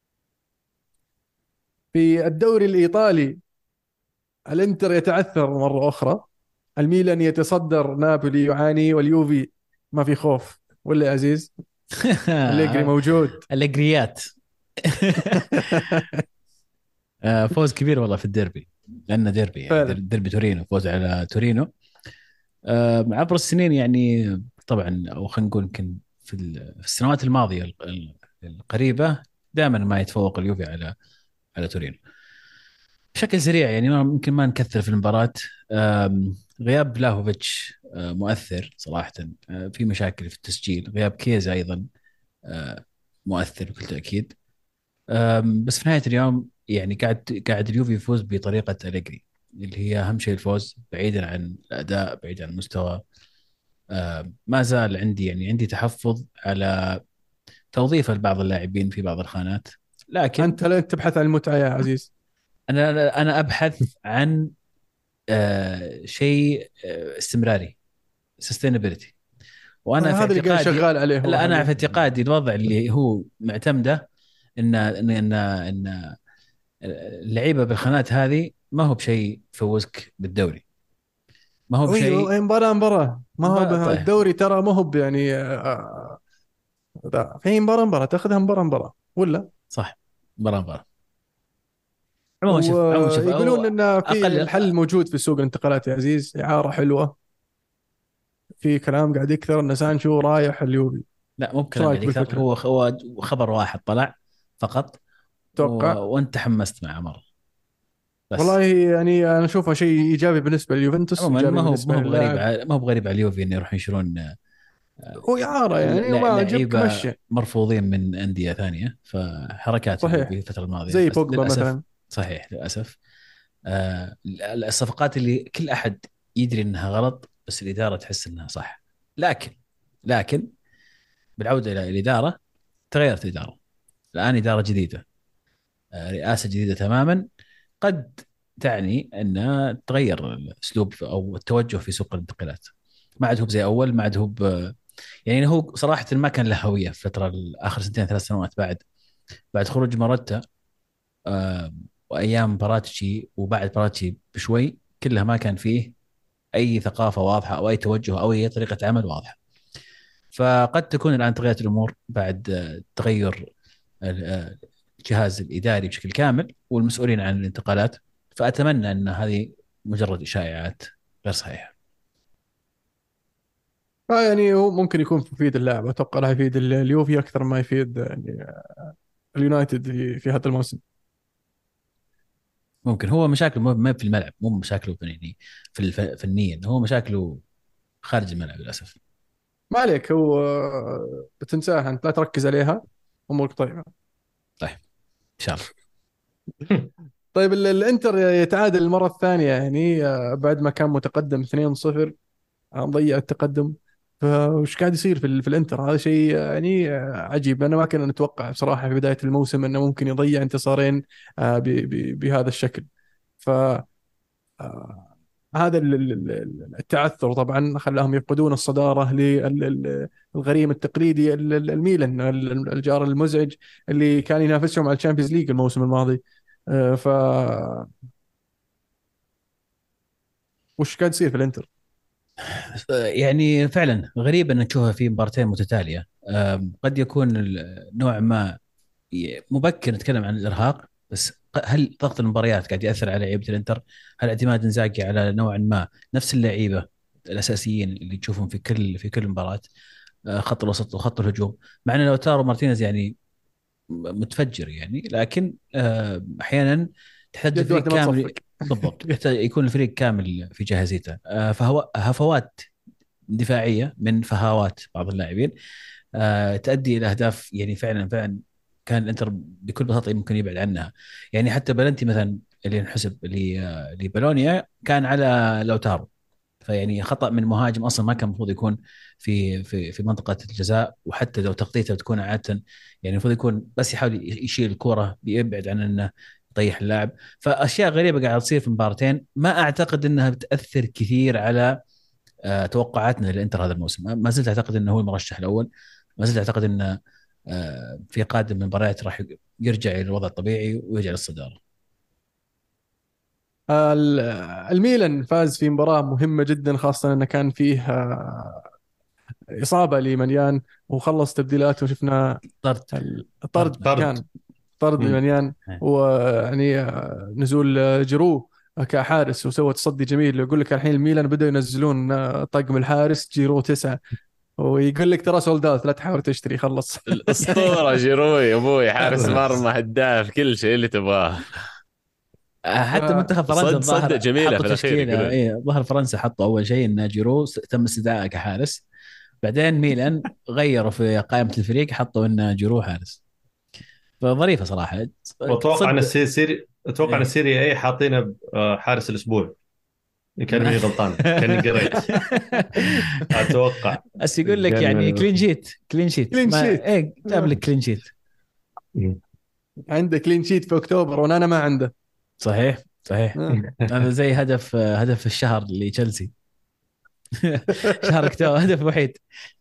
في الدوري الإيطالي، الإنتر يتعثر مرة أخرى، الميلان يتصدر، نابولي يعاني، واليوفي ما في خوف ولا يا عزيز؟ أليجري موجود. الأجريات. فوز كبير والله في الديربي، لأنه ديربي يعني فعلا. ديربي تورينو، فوز على تورينو. عبر السنين يعني، طبعا أو خلينا نقول يمكن في السنوات الماضية القريبة، دائما ما يتفوق اليوفي على تورينو. بشكل سريع يعني ممكن ما نكثر في المباراة. غياب بلاهوفيتش مؤثر صراحة. في مشاكل في التسجيل. غياب كيزا أيضا مؤثر بكل تأكيد. بس في نهاية اليوم يعني قاعد اليوفي يفوز بطريقة أليجري، اللي هي أهم شيء الفوز، بعيدا عن الأداء، بعيدا عن المستوى. ما زال عندي تحفظ على توظيف بعض اللاعبين في بعض الخانات، لكن أنت لا تبحث عن المتعة يا عزيز. أنا أبحث عن شيء استمراري، sustainability. وانا في هذا اللي قاعد اعتقادي، شغال عليه هو لا انا في حاليا. اعتقادي الوضع اللي هو معتمده ان اللعيبه بالخانات هذه ما هو بشيء يفوزك بالدوري، ما هو بشيء. اي مباراة مباراة، ما هو طيب الدوري ترى ما هو يعني في مباراة تاخذها مباراة مباراة ولا. صح، مباراه. عموما شوف ويقولون هو ان في اقل. الحل موجود في سوق الانتقالات يا عزيز، إعارة حلوة. في كلام قاعد يكثر ان سانشو رايح اليوفي. لا مو ايش بكلام رايك قاعد يكثر، بالفكرة؟ هو خبر واحد طلع فقط. توقع. وانت حمست معه مره بس. والله يعني انا اشوفه شيء ايجابي بالنسبه لليوفنتوس، عموما ايجابي بالنسبه للاعب. ما هو بغريب على اليوفي انه يروحون يشيلون هو اعاره يعني، وما جبك لعيبه مشي. مرفوضين من انديه ثانيه، فحركات صحيح. اليوفي الفتره الماضيه زي بس بوجبا للاسف. مثلا. صحيح للاسف. الصفقات اللي كل احد يدري انها غلط، بس الاداره تحس انها صح. لكن بالعوده الى الاداره، تغيرت الاداره الان، اداره جديده، رئاسه جديده تماما، قد تعني ان تغير الاسلوب او التوجه في سوق الانتقالات. ما عاد هو زي اول، ما عاد هو يعني هو صراحه ما كان له هويه في فتره اخر 2 3 سنوات، بعد خروج مارتا وايام باراتشي، وبعد باراتشي بشوي، كلها ما كان فيه اي ثقافه واضحه او اي توجه او اي طريقه عمل واضحه. فقد تكون الان تغيرت الامور بعد تغير الجهاز الاداري بشكل كامل والمسؤولين عن الانتقالات. فاتمنى ان هذه مجرد شائعات غير صحيحه. يعني هو ممكن يكون يفيد اللاعب، اتوقع راح يفيد اليوفي اكثر ما يفيد يعني اليونايتد في هذا الموسم. ممكن هو مشاكله ما في الملعب، مو مشاكله يعني في فنيا، هو مشاكله خارج الملعب للاسف. ما عليك، هو بتنساها انت، لا تركز عليها، امورك طيبه. طيب ان شاء الله. طيب الانتر يتعادل المره الثانيه يعني بعد ما كان متقدم 2-0 ضيع التقدم. فوش قاعد يصير في الانتر؟ هذا شيء يعني عجيب. انا ما كنا نتوقع بصراحه في بدايه الموسم انه ممكن يضيع انتصارين بهذا الشكل. ف هذا التعثر طبعا خلاهم يفقدون الصداره للغريم التقليدي الميلان، الجار المزعج اللي كان ينافسهم على الشامبيونز ليج الموسم الماضي. ف وش قاعد يصير في الانتر؟ يعني فعلا غريب ان نشوفها في مباراتين متتاليه. قد يكون نوع ما مبكر نتكلم عن الارهاق، بس هل ضغط المباريات قاعد ياثر على لعيبه الانتر؟ هل اعتماد انزاجي على نوعا ما نفس اللعيبه الاساسيين اللي تشوفهم في كل مباراه، خط الوسط وخط الهجوم، مع ان لو تارو مارتينيز يعني متفجر يعني، لكن احيانا تحتاج يد الفريق واحده ما كامل. تصفق. بالضبط، يحتاج يكون الفريق كامل في جاهزيته. هفوات دفاعيه من فهاوات بعض اللاعبين تؤدي الى اهداف يعني فعلا فعلا كان الانتر بكل بساطه ممكن يبعد عنها. يعني حتى بلنتي مثلا اللي انحسب لبولونيا كان على لوتارو، فيعني خطا من مهاجم اصلا ما كان المفروض يكون في منطقه الجزاء، وحتى لو تغطيته بتكون عاده يعني المفروض يكون بس يحاول يشيل الكره بيبعد عن انه يطيح اللاعب. فاشياء غريبه قاعده تصير في مباراتين، ما اعتقد انها بتاثر كثير على توقعاتنا للانتر هذا الموسم. ما زلت اعتقد انه هو المرشح الاول، ما زلت اعتقد انه في قادم من المباريات راح يرجع الى الوضع الطبيعي ويرجع للصداره. ال- الميلان فاز في مباراة مهمة جدا، خاصة أنه كان فيه إصابة لمليان وخلص تبديلاته، وشفنا طرد. الطرد طرد. كان طرد مم. لمليان. ويعني نزول جيرو كحارس وسوى تصدي جميل. يقول لك الحين الميلان بدأوا ينزلون طقم الحارس جيرو 9، ويقول لك ترى سولد اوت لا تحاول تشتري خلص. الاسطوره جيروي ابوي، حارس مرمى، هداف، كل شيء اللي تبغاه. حتى منتخب فرنسا صدق الظاهر جميله حطوا في الاخير تشكيله، يقولون. اي ظهر فرنسا حطوا اول شيء ان جيرو تم استدعائه كحارس، بعدين ميلان غيروا في قائمه الفريق حطوا ان جيرو حارس. فظريفه صراحه. واتوقع ان صد اتوقع ان إيه. السيريا اي حاطينه حارس الاسبوع، كان ماني غلطان، كاني قريت. اتوقع بس يقول لك يعني كان. كلين شيت، كلين شيت كلين ما شيت. ايه جاب لك كلين شيت. عنده كلين شيت في اكتوبر وانا ما عنده. صحيح صحيح. هذا زي هدف الشهر لتشيلسي. شهر اكتوبر هدف وحيد.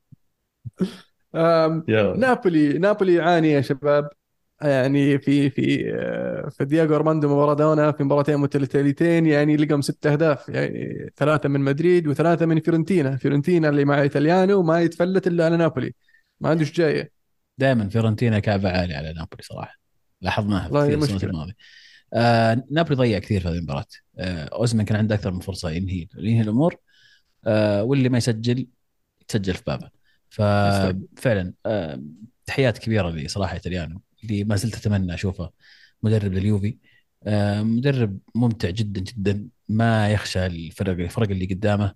يا نابولي يعاني يا شباب. يعني في دياغو ارماندو مارادونا في مباراتين متتاليتين يعني لقم 6 اهداف، يعني 3 من مدريد و3 من فيورنتينا اللي مع ايطاليانو ما يتفلت الا على نابولي، ما عندوش جايه. دائما فيورنتينا كعبة عالي على نابولي صراحه، لاحظناها والله في هي السنوات مشكله. الماضيه. نابولي ضيع كثير في هذه المباراه. اوزمان كان عنده اكثر من فرصه ينهي الامور، واللي ما يسجل يتسجل في بابه. يسلم. ففعلا تحيات كبيره لي صراحه ايطاليانو، اللي ما زلت اتمنى اشوفه مدرب لليوفي. مدرب ممتع جدا جدا، ما يخشى الفرق اللي قدامه.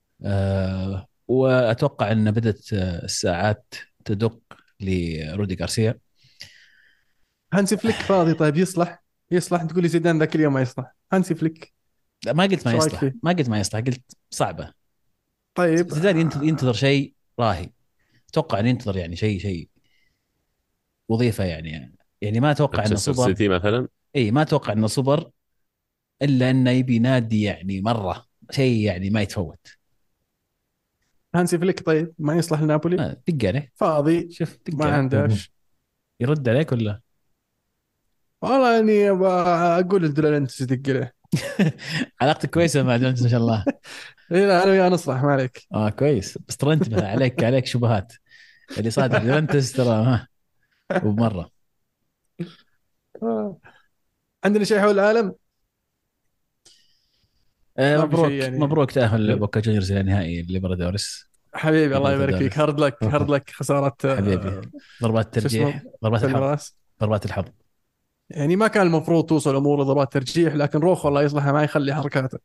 واتوقع ان بدات الساعات تدق لرودي غارسيا. هانسي فليك فاضي طيب، يصلح تقول لي زيدان ذاك اليوم ما يصلح، هانسي فليك لا، ما قلت ما ايش رايك يصلح، فيه؟ ما قلت ما يصلح، قلت صعبه. طيب زيدان ينتظر شيء راهي. اتوقع ان ينتظر يعني شيء وظيفه يعني ما اتوقع انه مانشستر صبر. سيتي مثلا. اي ما اتوقع انه صبر، الا انه يبي نادي يعني مره شيء يعني ما يتفوت. هانسي فليك طيب ما يصلح لنابولي؟ دق عليه، فاضي شوف دق ما عليه عندهاش. يرد عليك ولا؟ والله يعني اقول الدولارنتس يدق له. علاقتك كويسه مع جونتس ما شاء الله. إيه لا انا وياه نصلح ما عليك. كويس، بس ترى انتبه، عليك شبهات. اللي صادق جونتس ترى وبمره. آه. عندنا شيء حول العالم؟ ما في شيء مبروك يعني. مبروك تاهل بوكا جونيورز الى نهائي الليبرادوريس. حبيبي الله يبارك فيك، هارد لك خسارة حبيبي، ضربات شو اسمه ترجيح، ضربات الحظ، بالمراس. ضربات الحظ. يعني ما كان المفروض توصل امور لضربات ترجيح، لكن روخ والله يصلحها ما يخلي حركاته.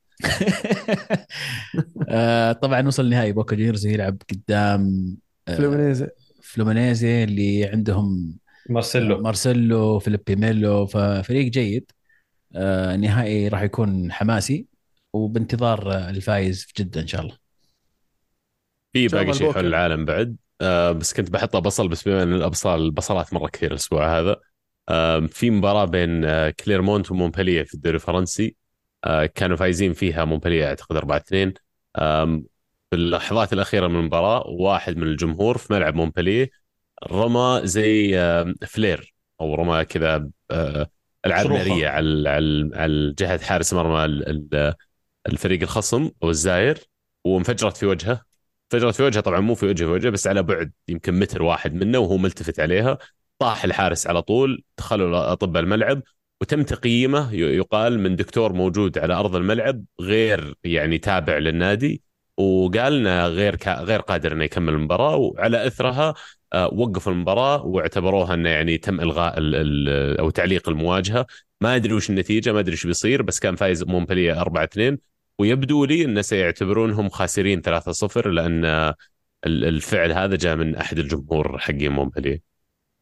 طبعا وصل النهائي بوكا جونيورز يلعب قدام فلومينيزي. فلومينيزي اللي عندهم مارسيلو. مارسيلو، فيليبي ميلو، ففريق جيد. نهائي راح يكون حماسي، وبانتظار الفايز في جدة ان شاء الله. في ان شاء باقي الله شيء حول البوكا. العالم بعد. بس كنت بحطه بصل، بس بما ان البصلات مره كثير الاسبوع هذا. في مباراه بين كليرمونت ومونبلييه في الدوري الفرنسي. كانوا فايزين فيها مونبلييه اعتقد 4-2. في اللحظات الاخيره من المباراه، واحد من الجمهور في ملعب مونبلييه رمى زي فلير، او رمى كذا العاب صاروخه. ناريه على جهه حارس مرمى الفريق الخصم او الزاير، وانفجرت في وجهه. انفجرت في وجهه، طبعا مو في وجهه بس على بعد يمكن متر واحد منه، وهو ملتفت عليها. طاح الحارس على طول، دخلوا اطباء الملعب وتم تقييمه يقال من دكتور موجود على ارض الملعب غير يعني تابع للنادي. وقال انه غير قادر انه يكمل المباراه، وعلى اثرها وقفوا المباراه واعتبروها انه يعني تم الغاء او تعليق المواجهه. ما ادري وش النتيجه، ما ادري ايش بيصير، بس كان فايز مونبلييه 4-2. ويبدو لي انه سيعتبرونهم خاسرين 3-0 لان الفعل هذا جاء من احد الجمهور حقين مونبلييه.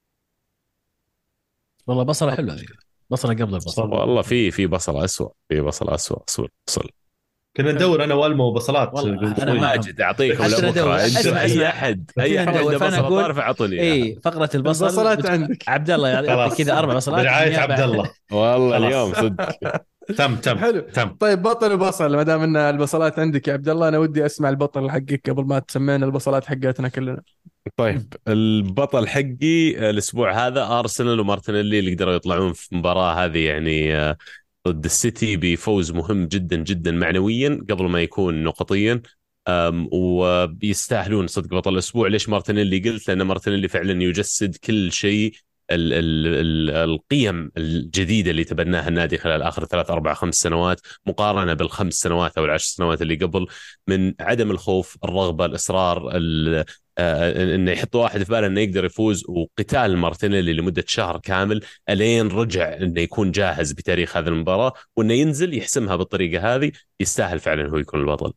والله بصله حلوه ذي، بصله قبل البصل. والله في بصل اسوء، في بصل اسوء بصل. كنا ندور انا والمو بصلات. والله قلت أنا ما- واجد اعطيكم حتى لبكره، ندور. انت اسمع اي احد فينا عنده ندور، فأنا بصل أقول طارف اعطوني إياه. اي فقره البصل البصلات عندك عبد الله يعطيك خلاص كذا 4 بصلات برعاية عبد الله. والله خلاص. اليوم صدق. تم حلو. تم. طيب بطل وبصل، ما دام ان البصلات عندك يا عبد الله، انا ودي اسمع البطل حقك قبل ما تسمينا البصلات حقتنا كلنا. طيب البطل حقي الاسبوع هذا ارسنال ومارتينيلي اللي قدروا يطلعون في مباراه هذه يعني ضد السيتي بفوز مهم جدا جدا معنويا قبل ما يكون نقطيا. وبيستاهلون صدق بطل الاسبوع. ليش مارتينيلي؟ قلت لان مارتينيلي فعلا يجسد كل شيء، القيم الجديده اللي تبناها النادي خلال اخر 3 4 5 سنوات مقارنه بالخمس سنوات او العشر سنوات اللي قبل، من عدم الخوف، الرغبه، الاصرار، انه يحط واحد في باله انه يقدر يفوز، وقتال مارتينيلي لمده شهر كامل الين رجع انه يكون جاهز بتاريخ هذه المباراه، وانه ينزل يحسمها بالطريقه هذه. يستاهل فعلا هو يكون البطل.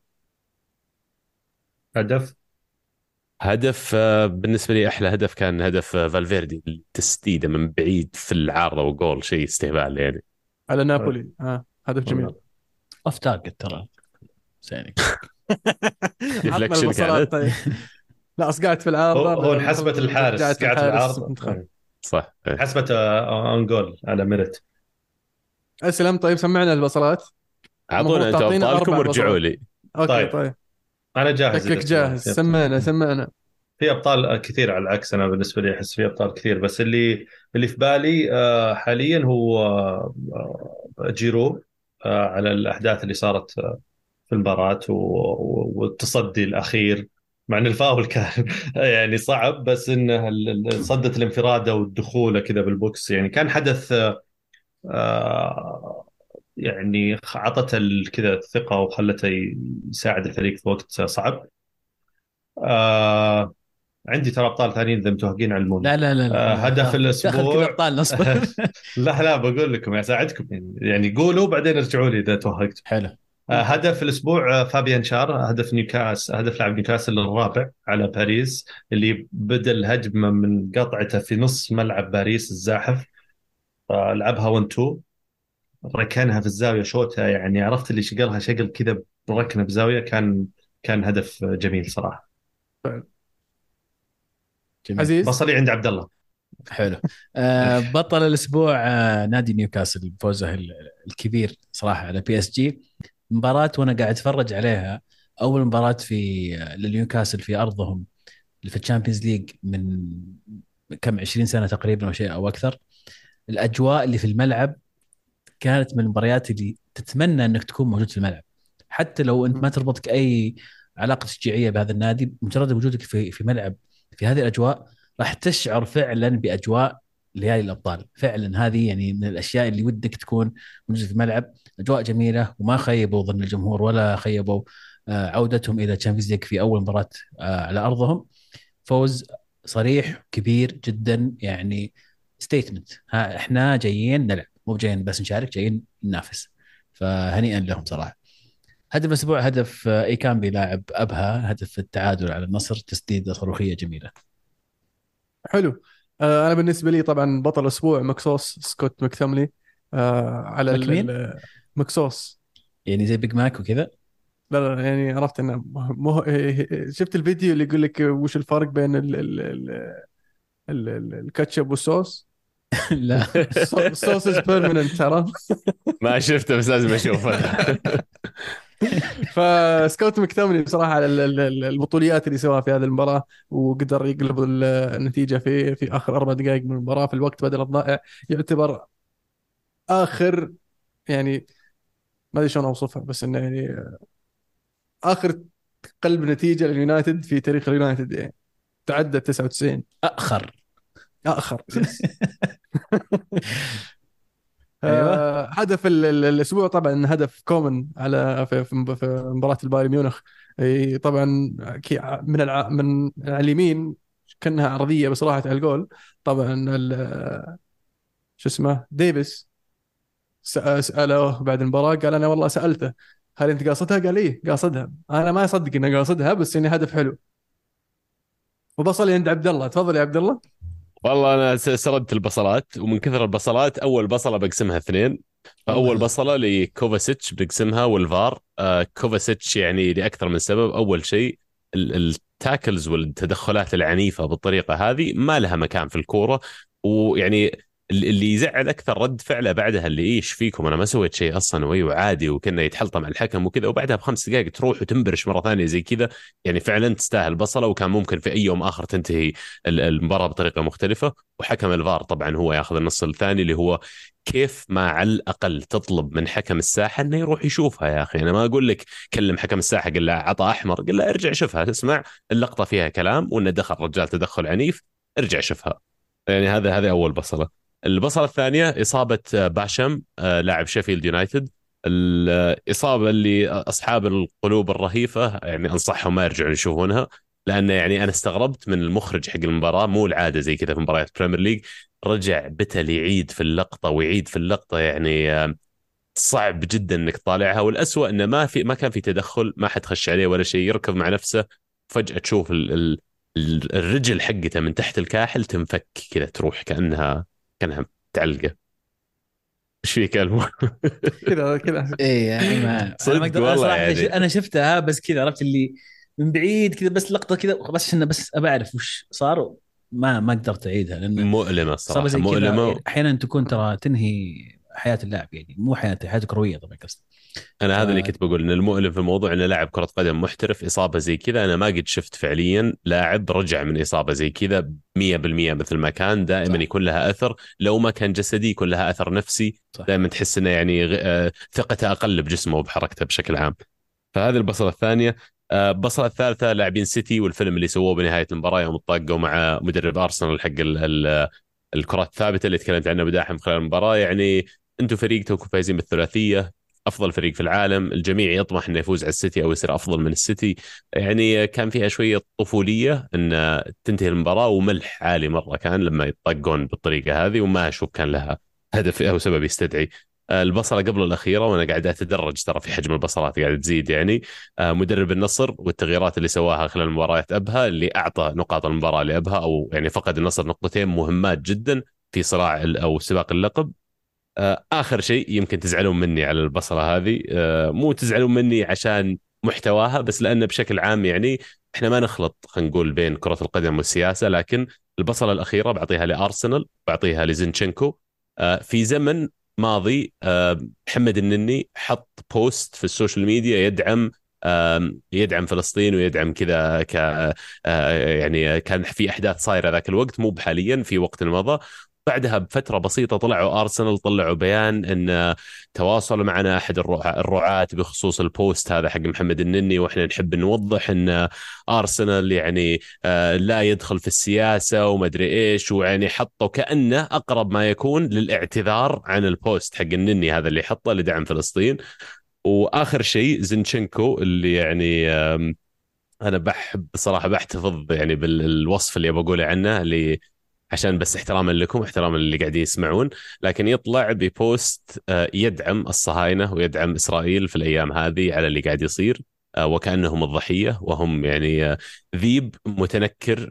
هدف بالنسبه لي احلى هدف كان هدف فالفيردي، التسديده من بعيد في العارضه وجول، شيء استهبال يعني. على نابولي هدف جميل. اوف تارجت ترى يعني. عطنا ديفليكشن البصلات. كانت. طيب لا أصقعت في العارضة. هو انحسبت الحارس، رجعت قاعد الحارس العارضة. منتخب. صح. حسبت اون جول على ميرت. اسلم. طيب سمعنا البصلات. اعطونا انتم تعطينا ابطالكم 4 وارجعوا بصلات. لي. اوكي طيب. طيب انا جاهز. شكلك جاهز. سمعنا. في ابطال كثير، على العكس انا بالنسبه لي احس في ابطال كثير، بس اللي في بالي حاليا هو جيرو، على الاحداث اللي صارت في المباراه والتصدي الاخير، مع ان الفاول كان يعني صعب، بس انه صدة الانفرادة والدخول كذا بالبوكس يعني كان حدث يعني عطته كذا الثقة وخلته يساعد الفريق في وقت صعب. عندي ترى ابطال ثانيين اذا متوهقين علموني. لا هدف دخل كذا الاسبوع. ابطال نصبر. لا بقول لكم اساعدكم يعني قولوا بعدين ارجعوا لي اذا توهقتوا. حلو. هدف الاسبوع فابيان شار، هدف نيوكاسل، هدف لاعب نيوكاسل الرابع على باريس، اللي بدا الهجمه من قطعته في نص ملعب باريس الزاحف. لعبها 1-2، ركنها في الزاويه شوتها، يعني عرفت اللي شقلها شقل كذا بركنه بزاويه. كان هدف جميل صراحه. جميل. عزيز. بصلي عند عبد الله. حلو. بطل الاسبوع نادي نيوكاسل بفوزه الكبير صراحه على بي اس جي. مباراه وانا قاعد اتفرج عليها، اول مباراه في لنيوكاسل في ارضهم في الشامبيونز ليج من كم 20 سنه تقريبا او شيء او اكثر. الاجواء اللي في الملعب كانت من المباريات اللي تتمنى انك تكون موجود في الملعب، حتى لو انت ما تربطك اي علاقه تشجيعيه بهذا النادي. مجرد وجودك في ملعب في هذه الاجواء راح تشعر فعلا باجواء ليالي الابطال. فعلا هذه يعني من الاشياء اللي ودك تكون موجوده في الملعب. اجواء جميله، وما خيبوا ظن الجمهور ولا خيبوا عودتهم الى تشامبيونز ليج في اول مباراه على ارضهم. فوز صريح كبير جدا يعني، ستيتمنت. احنا جايين نلعب، مو جايين بس نشارك، جايين ننافس. فهنيئا لهم صراحه. هدف الاسبوع هدف ايكامبي لاعب ابها، هدف التعادل على النصر، تسديده صاروخيه جميله. حلو. انا بالنسبه لي طبعا بطل الاسبوع مكسوس سكوت مكتملي. على مين؟ مكسوس. يعني زي بيج ماك وكذا. لا يعني عرفت انه شفت الفيديو اللي يقول لك وش الفرق بين الكاتشب والصوص. لا. الصوص از بيرمننت، ترى. ما شفته بس لازم اشوفه. فسكوت مكتومني بصراحه على البطوليات اللي سواها في هذه المباراه، وقدر يقلب النتيجه في اخر 4 دقائق من المباراه في الوقت بدل الضائع. يعتبر اخر، يعني ما ادري شلون اوصفها، بس انه يعني اخر قلب نتيجه لليونايتد في تاريخ اليونايتد، يعني تعدى 99. اخر يس. ايوه. هدف الاسبوع طبعا هدف كومن على في مباراه البايرن ميونخ، اي طبعا. من على اليمين كانها عرضيه بس راحت على الجول. طبعا شو اسمه ديفيس سأله بعد المباراة، قال أنا والله سألته هل أنت قاصدها؟ قال إيه قاصدها. أنا ما أصدق إنه قاصدها، بس إني هدف حلو. وبصل عند عبد الله، تفضل يا عبد الله. والله انا سردت البصلات، ومن كثر البصلات اول بصله بقسمها اثنين. فاول الله. بصله لكوفاسيتش بقسمها والفار. كوفاسيتش يعني لاكثر من سبب. اول شيء التاكلز والتدخلات العنيفه بالطريقه هذه ما لها مكان في الكوره. ويعني اللي يزعل اكثر رد فعله بعدها، اللي ايش فيكم انا ما سويت شيء اصلا، وعادي وكنا يتحلطم مع الحكم وكذا، وبعدها بخمس دقائق تروح وتنبرش مره ثانيه زي كذا. يعني فعلا تستاهل بصله، وكان ممكن في اي يوم اخر تنتهي المباراه بطريقه مختلفه. وحكم الفار طبعا هو ياخذ النص الثاني، اللي هو كيف ما على الاقل تطلب من حكم الساحه انه يروح يشوفها. يا اخي انا ما اقول لك كلم حكم الساحه قل له عطى احمر، قل له ارجع شوفها، تسمع اللقطه فيها كلام وانه دخل رجال تدخل عنيف، ارجع شوفها. يعني هذه اول بصله. البصله الثانيه اصابه باشم لاعب شيفيلد يونايتد. الإصابة اللي أصحاب القلوب الرهيفة يعني أنصحهم ما يرجعون يشوفونها، لأن يعني أنا استغربت من المخرج حق المباراة. مو العادة زي كذا في مباريات بريمير ليج، رجع بتل يعيد في اللقطة ويعيد في اللقطة. يعني صعب جدا انك تطالعها. والأسوأ انه ما كان في تدخل، ما حد خش عليه ولا شيء، يركض مع نفسه. فجأة تشوف الرجل حقته من تحت الكاحل تنفك كذا، تروح كأنها متعلقة. ايش فيك المو؟ كذا كذا. ايه يعني ما انا ما صدق اقدر، انا والله صراحه يعني انا شفتها بس كذا، عرفت اللي من بعيد كذا، بس لقطه كذا بس عشان بس ابى اعرف وش صار. ما قدرت اعيدها، لان مؤلمة اصابه الصراحة، زي كذا مؤلمة. يعني احيانا تكون ترى تنهي حياه اللاعب، يعني مو حياته كرويه طبعا قصدي. انا ف هذا اللي كنت بقول، ان المؤلم في الموضوع ان لاعب كرة قدم محترف اصابة زي كذا. انا ما قد شفت فعليا لاعب رجع من اصابة زي كذا 100% مثل ما كان. دائما صح يكون لها اثر، لو ما كان جسدي يكون لها اثر نفسي. صح. دائما تحس انه يعني ثقته اقل بجسمه وبحركته بشكل عام. فهذه البصلة الثانية. البصلة الثالثة لاعبين سيتي والفيلم اللي سووه بنهاية المباراة يوم طاقوا مع مدرب ارسنال حق الكرات الثابتة اللي تكلمت عنه بداحم خلال المباراة. يعني انتم فريق توكم فايزين بالثلاثية، افضل فريق في العالم، الجميع يطمح انه يفوز على السيتي او يصير افضل من السيتي. يعني كان فيها شويه طفوليه ان تنتهي المباراه، وملح عالي مره كان لما يطقون بالطريقه هذه، وما اشوف كان لها هدف او سبب يستدعي. البصله قبل الاخيره، وانا قاعد اتدرج ترى في حجم البصلات قاعد تزيد يعني. مدرب النصر والتغييرات اللي سواها خلال مباريات ابها، اللي اعطى نقاط المباراه لابها، او يعني فقد النصر نقطتين مهمات جدا في صراع او سباق اللقب. آخر شيء يمكن تزعلون مني على البصلة هذه، مو تزعلون مني عشان محتواها، بس لأن بشكل عام يعني إحنا ما نخلط خلينا نقول بين كرة القدم والسياسة. لكن البصلة الأخيرة بعطيها لأرسنال، بعطيها لزينشينكو. في زمن ماضي محمد النني حط بوست في السوشيال ميديا يدعم فلسطين ويدعم كذا يعني كان في أحداث صايرة ذاك الوقت، مو بحاليا، في وقت مضى. بعدها بفترة بسيطة طلعوا أرسنال طلعوا بيان أن تواصلوا معنا أحد الرعاة بخصوص البوست هذا حق محمد النني، وإحنا نحب نوضح أن أرسنال يعني لا يدخل في السياسة وما أدري إيش. ويعني حطوا كأنه أقرب ما يكون للاعتذار عن البوست حق النني هذا اللي حطه لدعم فلسطين. وآخر شيء زينشينكو، اللي يعني أنا بحب صراحة بحتفظ يعني بالوصف اللي بقوله عنه، اللي عشان بس احتراما لكم، احتراما للي قاعدين يسمعون، لكن يطلع ببوست يدعم الصهاينة ويدعم إسرائيل في الأيام هذه على اللي قاعد يصير، وكأنهم الضحية، وهم يعني ذيب متنكر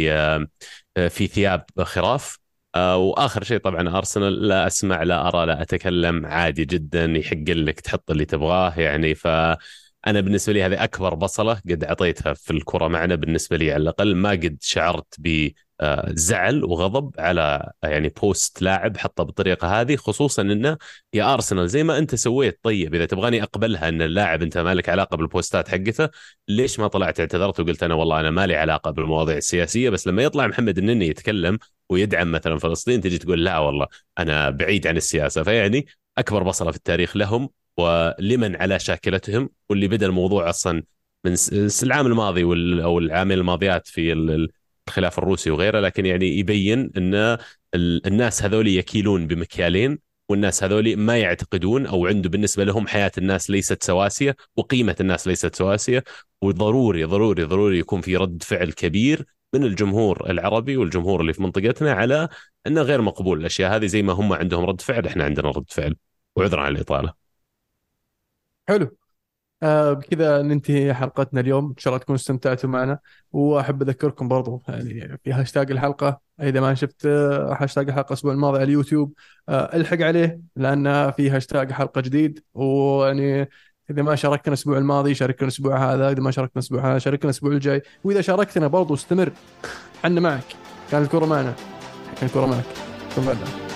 في ثياب خراف. وآخر شيء طبعا أرسنال، لا أسمع لا أرى لا أتكلم، عادي جدا، يحق لك تحط اللي تبغاه يعني. أنا بالنسبة لي هذه أكبر بصلة قد أعطيتها في الكرة معنا، بالنسبة لي على الأقل. ما قد شعرت زعل وغضب على يعني بوست لاعب حطه بالطريقه هذه، خصوصا انه يا ارسنال زي ما انت سويت. طيب اذا تبغاني اقبلها ان اللاعب انت مالك علاقه بالبوستات حقته، ليش ما طلعت اعتذرت وقلت انا والله انا مالي علاقه بالمواضيع السياسيه؟ بس لما يطلع محمد النني يتكلم ويدعم مثلا فلسطين، تجي تقول لا والله انا بعيد عن السياسه. فيعني اكبر بصله في التاريخ لهم ولمن على شاكلتهم، واللي بدا الموضوع اصلا من العام الماضي او العامين الماضيات في الخلاف الروسي وغيره. لكن يعني يبين ان الناس هذول يكيلون بمكيالين، والناس هذولي ما يعتقدون أو عنده بالنسبة لهم حياة الناس ليست سواسية وقيمة الناس ليست سواسية. وضروري ضروري ضروري يكون في رد فعل كبير من الجمهور العربي والجمهور اللي في منطقتنا على أنه غير مقبول الأشياء هذه. زي ما هم عندهم رد فعل إحنا عندنا رد فعل. وعذرا على الإطالة. حلو. بكذا ننتهي حلقتنا اليوم، إن شاء الله تكونوا استمتعتوا معنا. وأحب أذكركم برضو يعني في هاشتاج الحلقة، إذا ما شفت هاشتاج الحلقة الأسبوع الماضي على اليوتيوب الحق عليه، لأن في هاشتاج حلقة جديد. ويعني إذا ما شاركنا الأسبوع الماضي شاركنا الأسبوع هذا، إذا ما شاركنا الأسبوع هذا شاركنا الأسبوع الجاي، وإذا شاركتنا برضو استمر، حنا معك. كان الكرة معنا، كان الكرة معك. ثم